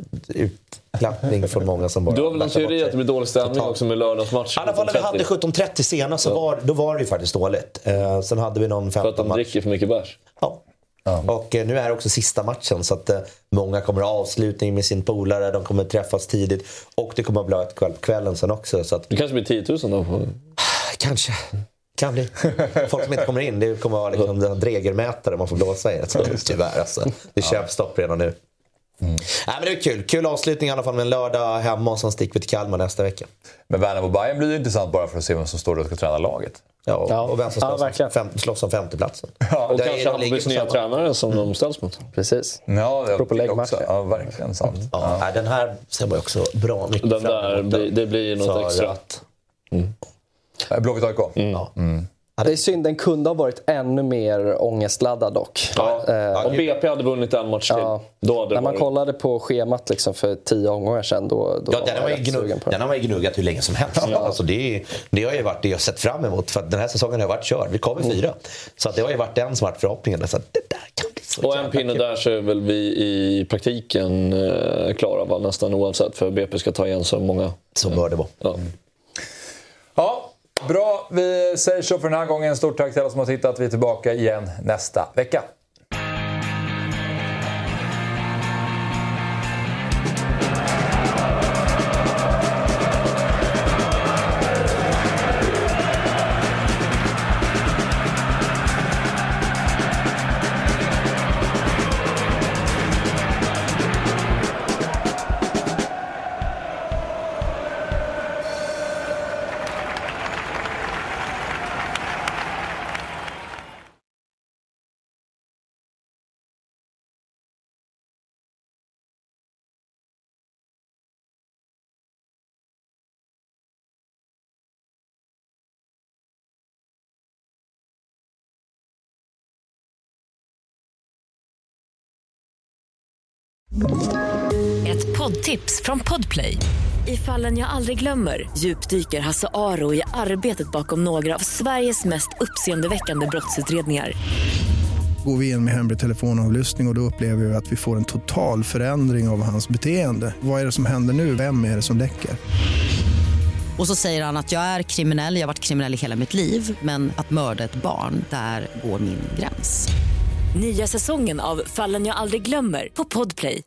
utklappning från många som bara... Du har väl en teori att det blir dålig stämning totalt. Också med lördagsmatch? I alla fall när vi hade sjutton trettio senast så ja. var, då var det ju faktiskt dåligt. Uh, sen hade vi någon femton match. För att de dricker för mycket bärs? Ja. Ja. Och uh, nu är det också sista matchen så att uh, många kommer att ha avslutning med sin polare, de kommer träffas tidigt och det kommer att bli ett kväll på kvällen sen också. Så att... Det kanske blir tio tusen då? På... Kanske. Kan bli. Folk som inte kommer in, det kommer att vara liksom en dregermätare man får blåsa i. Så, tyvärr alltså. Det är köpstopp redan nu. Mm. Nej, men det är kul. Kul avslutning i alla fall med en lördag hemma och sen sticker vi till Kalmar nästa vecka. Men Värnamo och Bayern blir ju intressant bara för att se vem som står där och ska träna laget. Ja, och, ja. och vem som slåss, ja, om, fem, slåss om femteplatsen. Ja, och det kanske Hammarbys nya tränare som de ställs mot. Precis. Ja, det är också. Ja, verkligen sant. Mm. Ja, ja. Den här ser man också bra mycket den där, det, det blir något extra. Att... Mm. Blåvitt A I K. Mm. Ja. Mm. Det är synd, den kunde ha varit ännu mer ångestladdad dock. Ja. Eh, och B P hade vunnit en match till. Ja. Då hade När man varit... kollade på schemat liksom för tio omgångar sedan, då, då ja, var den har, gnugg, den har man ju gnuggat hur länge som helst. Ja. Alltså det, det har ju varit det jag sett fram emot, för att den här säsongen har varit körd. Vi kommer fyra. Mm. Så att det har ju varit den som varit förhoppningen. Så att det där kan bli så. Och en pinne där så är väl vi i praktiken eh, klara va, nästan oavsett, för B P ska ta igen så många. Så bör det vara. Ja. Ja. Bra, vi säger så för den här gången. Stort tack till alla som har tittat. Vi är tillbaka igen nästa vecka. Ett poddtips från Podplay. I Fallen jag aldrig glömmer djupdyker Hasse Aro i arbetet bakom några av Sveriges mest uppseendeväckande brottsutredningar. Går vi in med hemlig telefonavlyssning och, och då upplever vi att vi får en total förändring av hans beteende. Vad är det som händer nu? Vem är det som läcker? Och så säger han att jag är kriminell, jag har varit kriminell i hela mitt liv. Men att mörda ett barn, där går min gräns. Nya säsongen av Fallen jag aldrig glömmer på Podplay.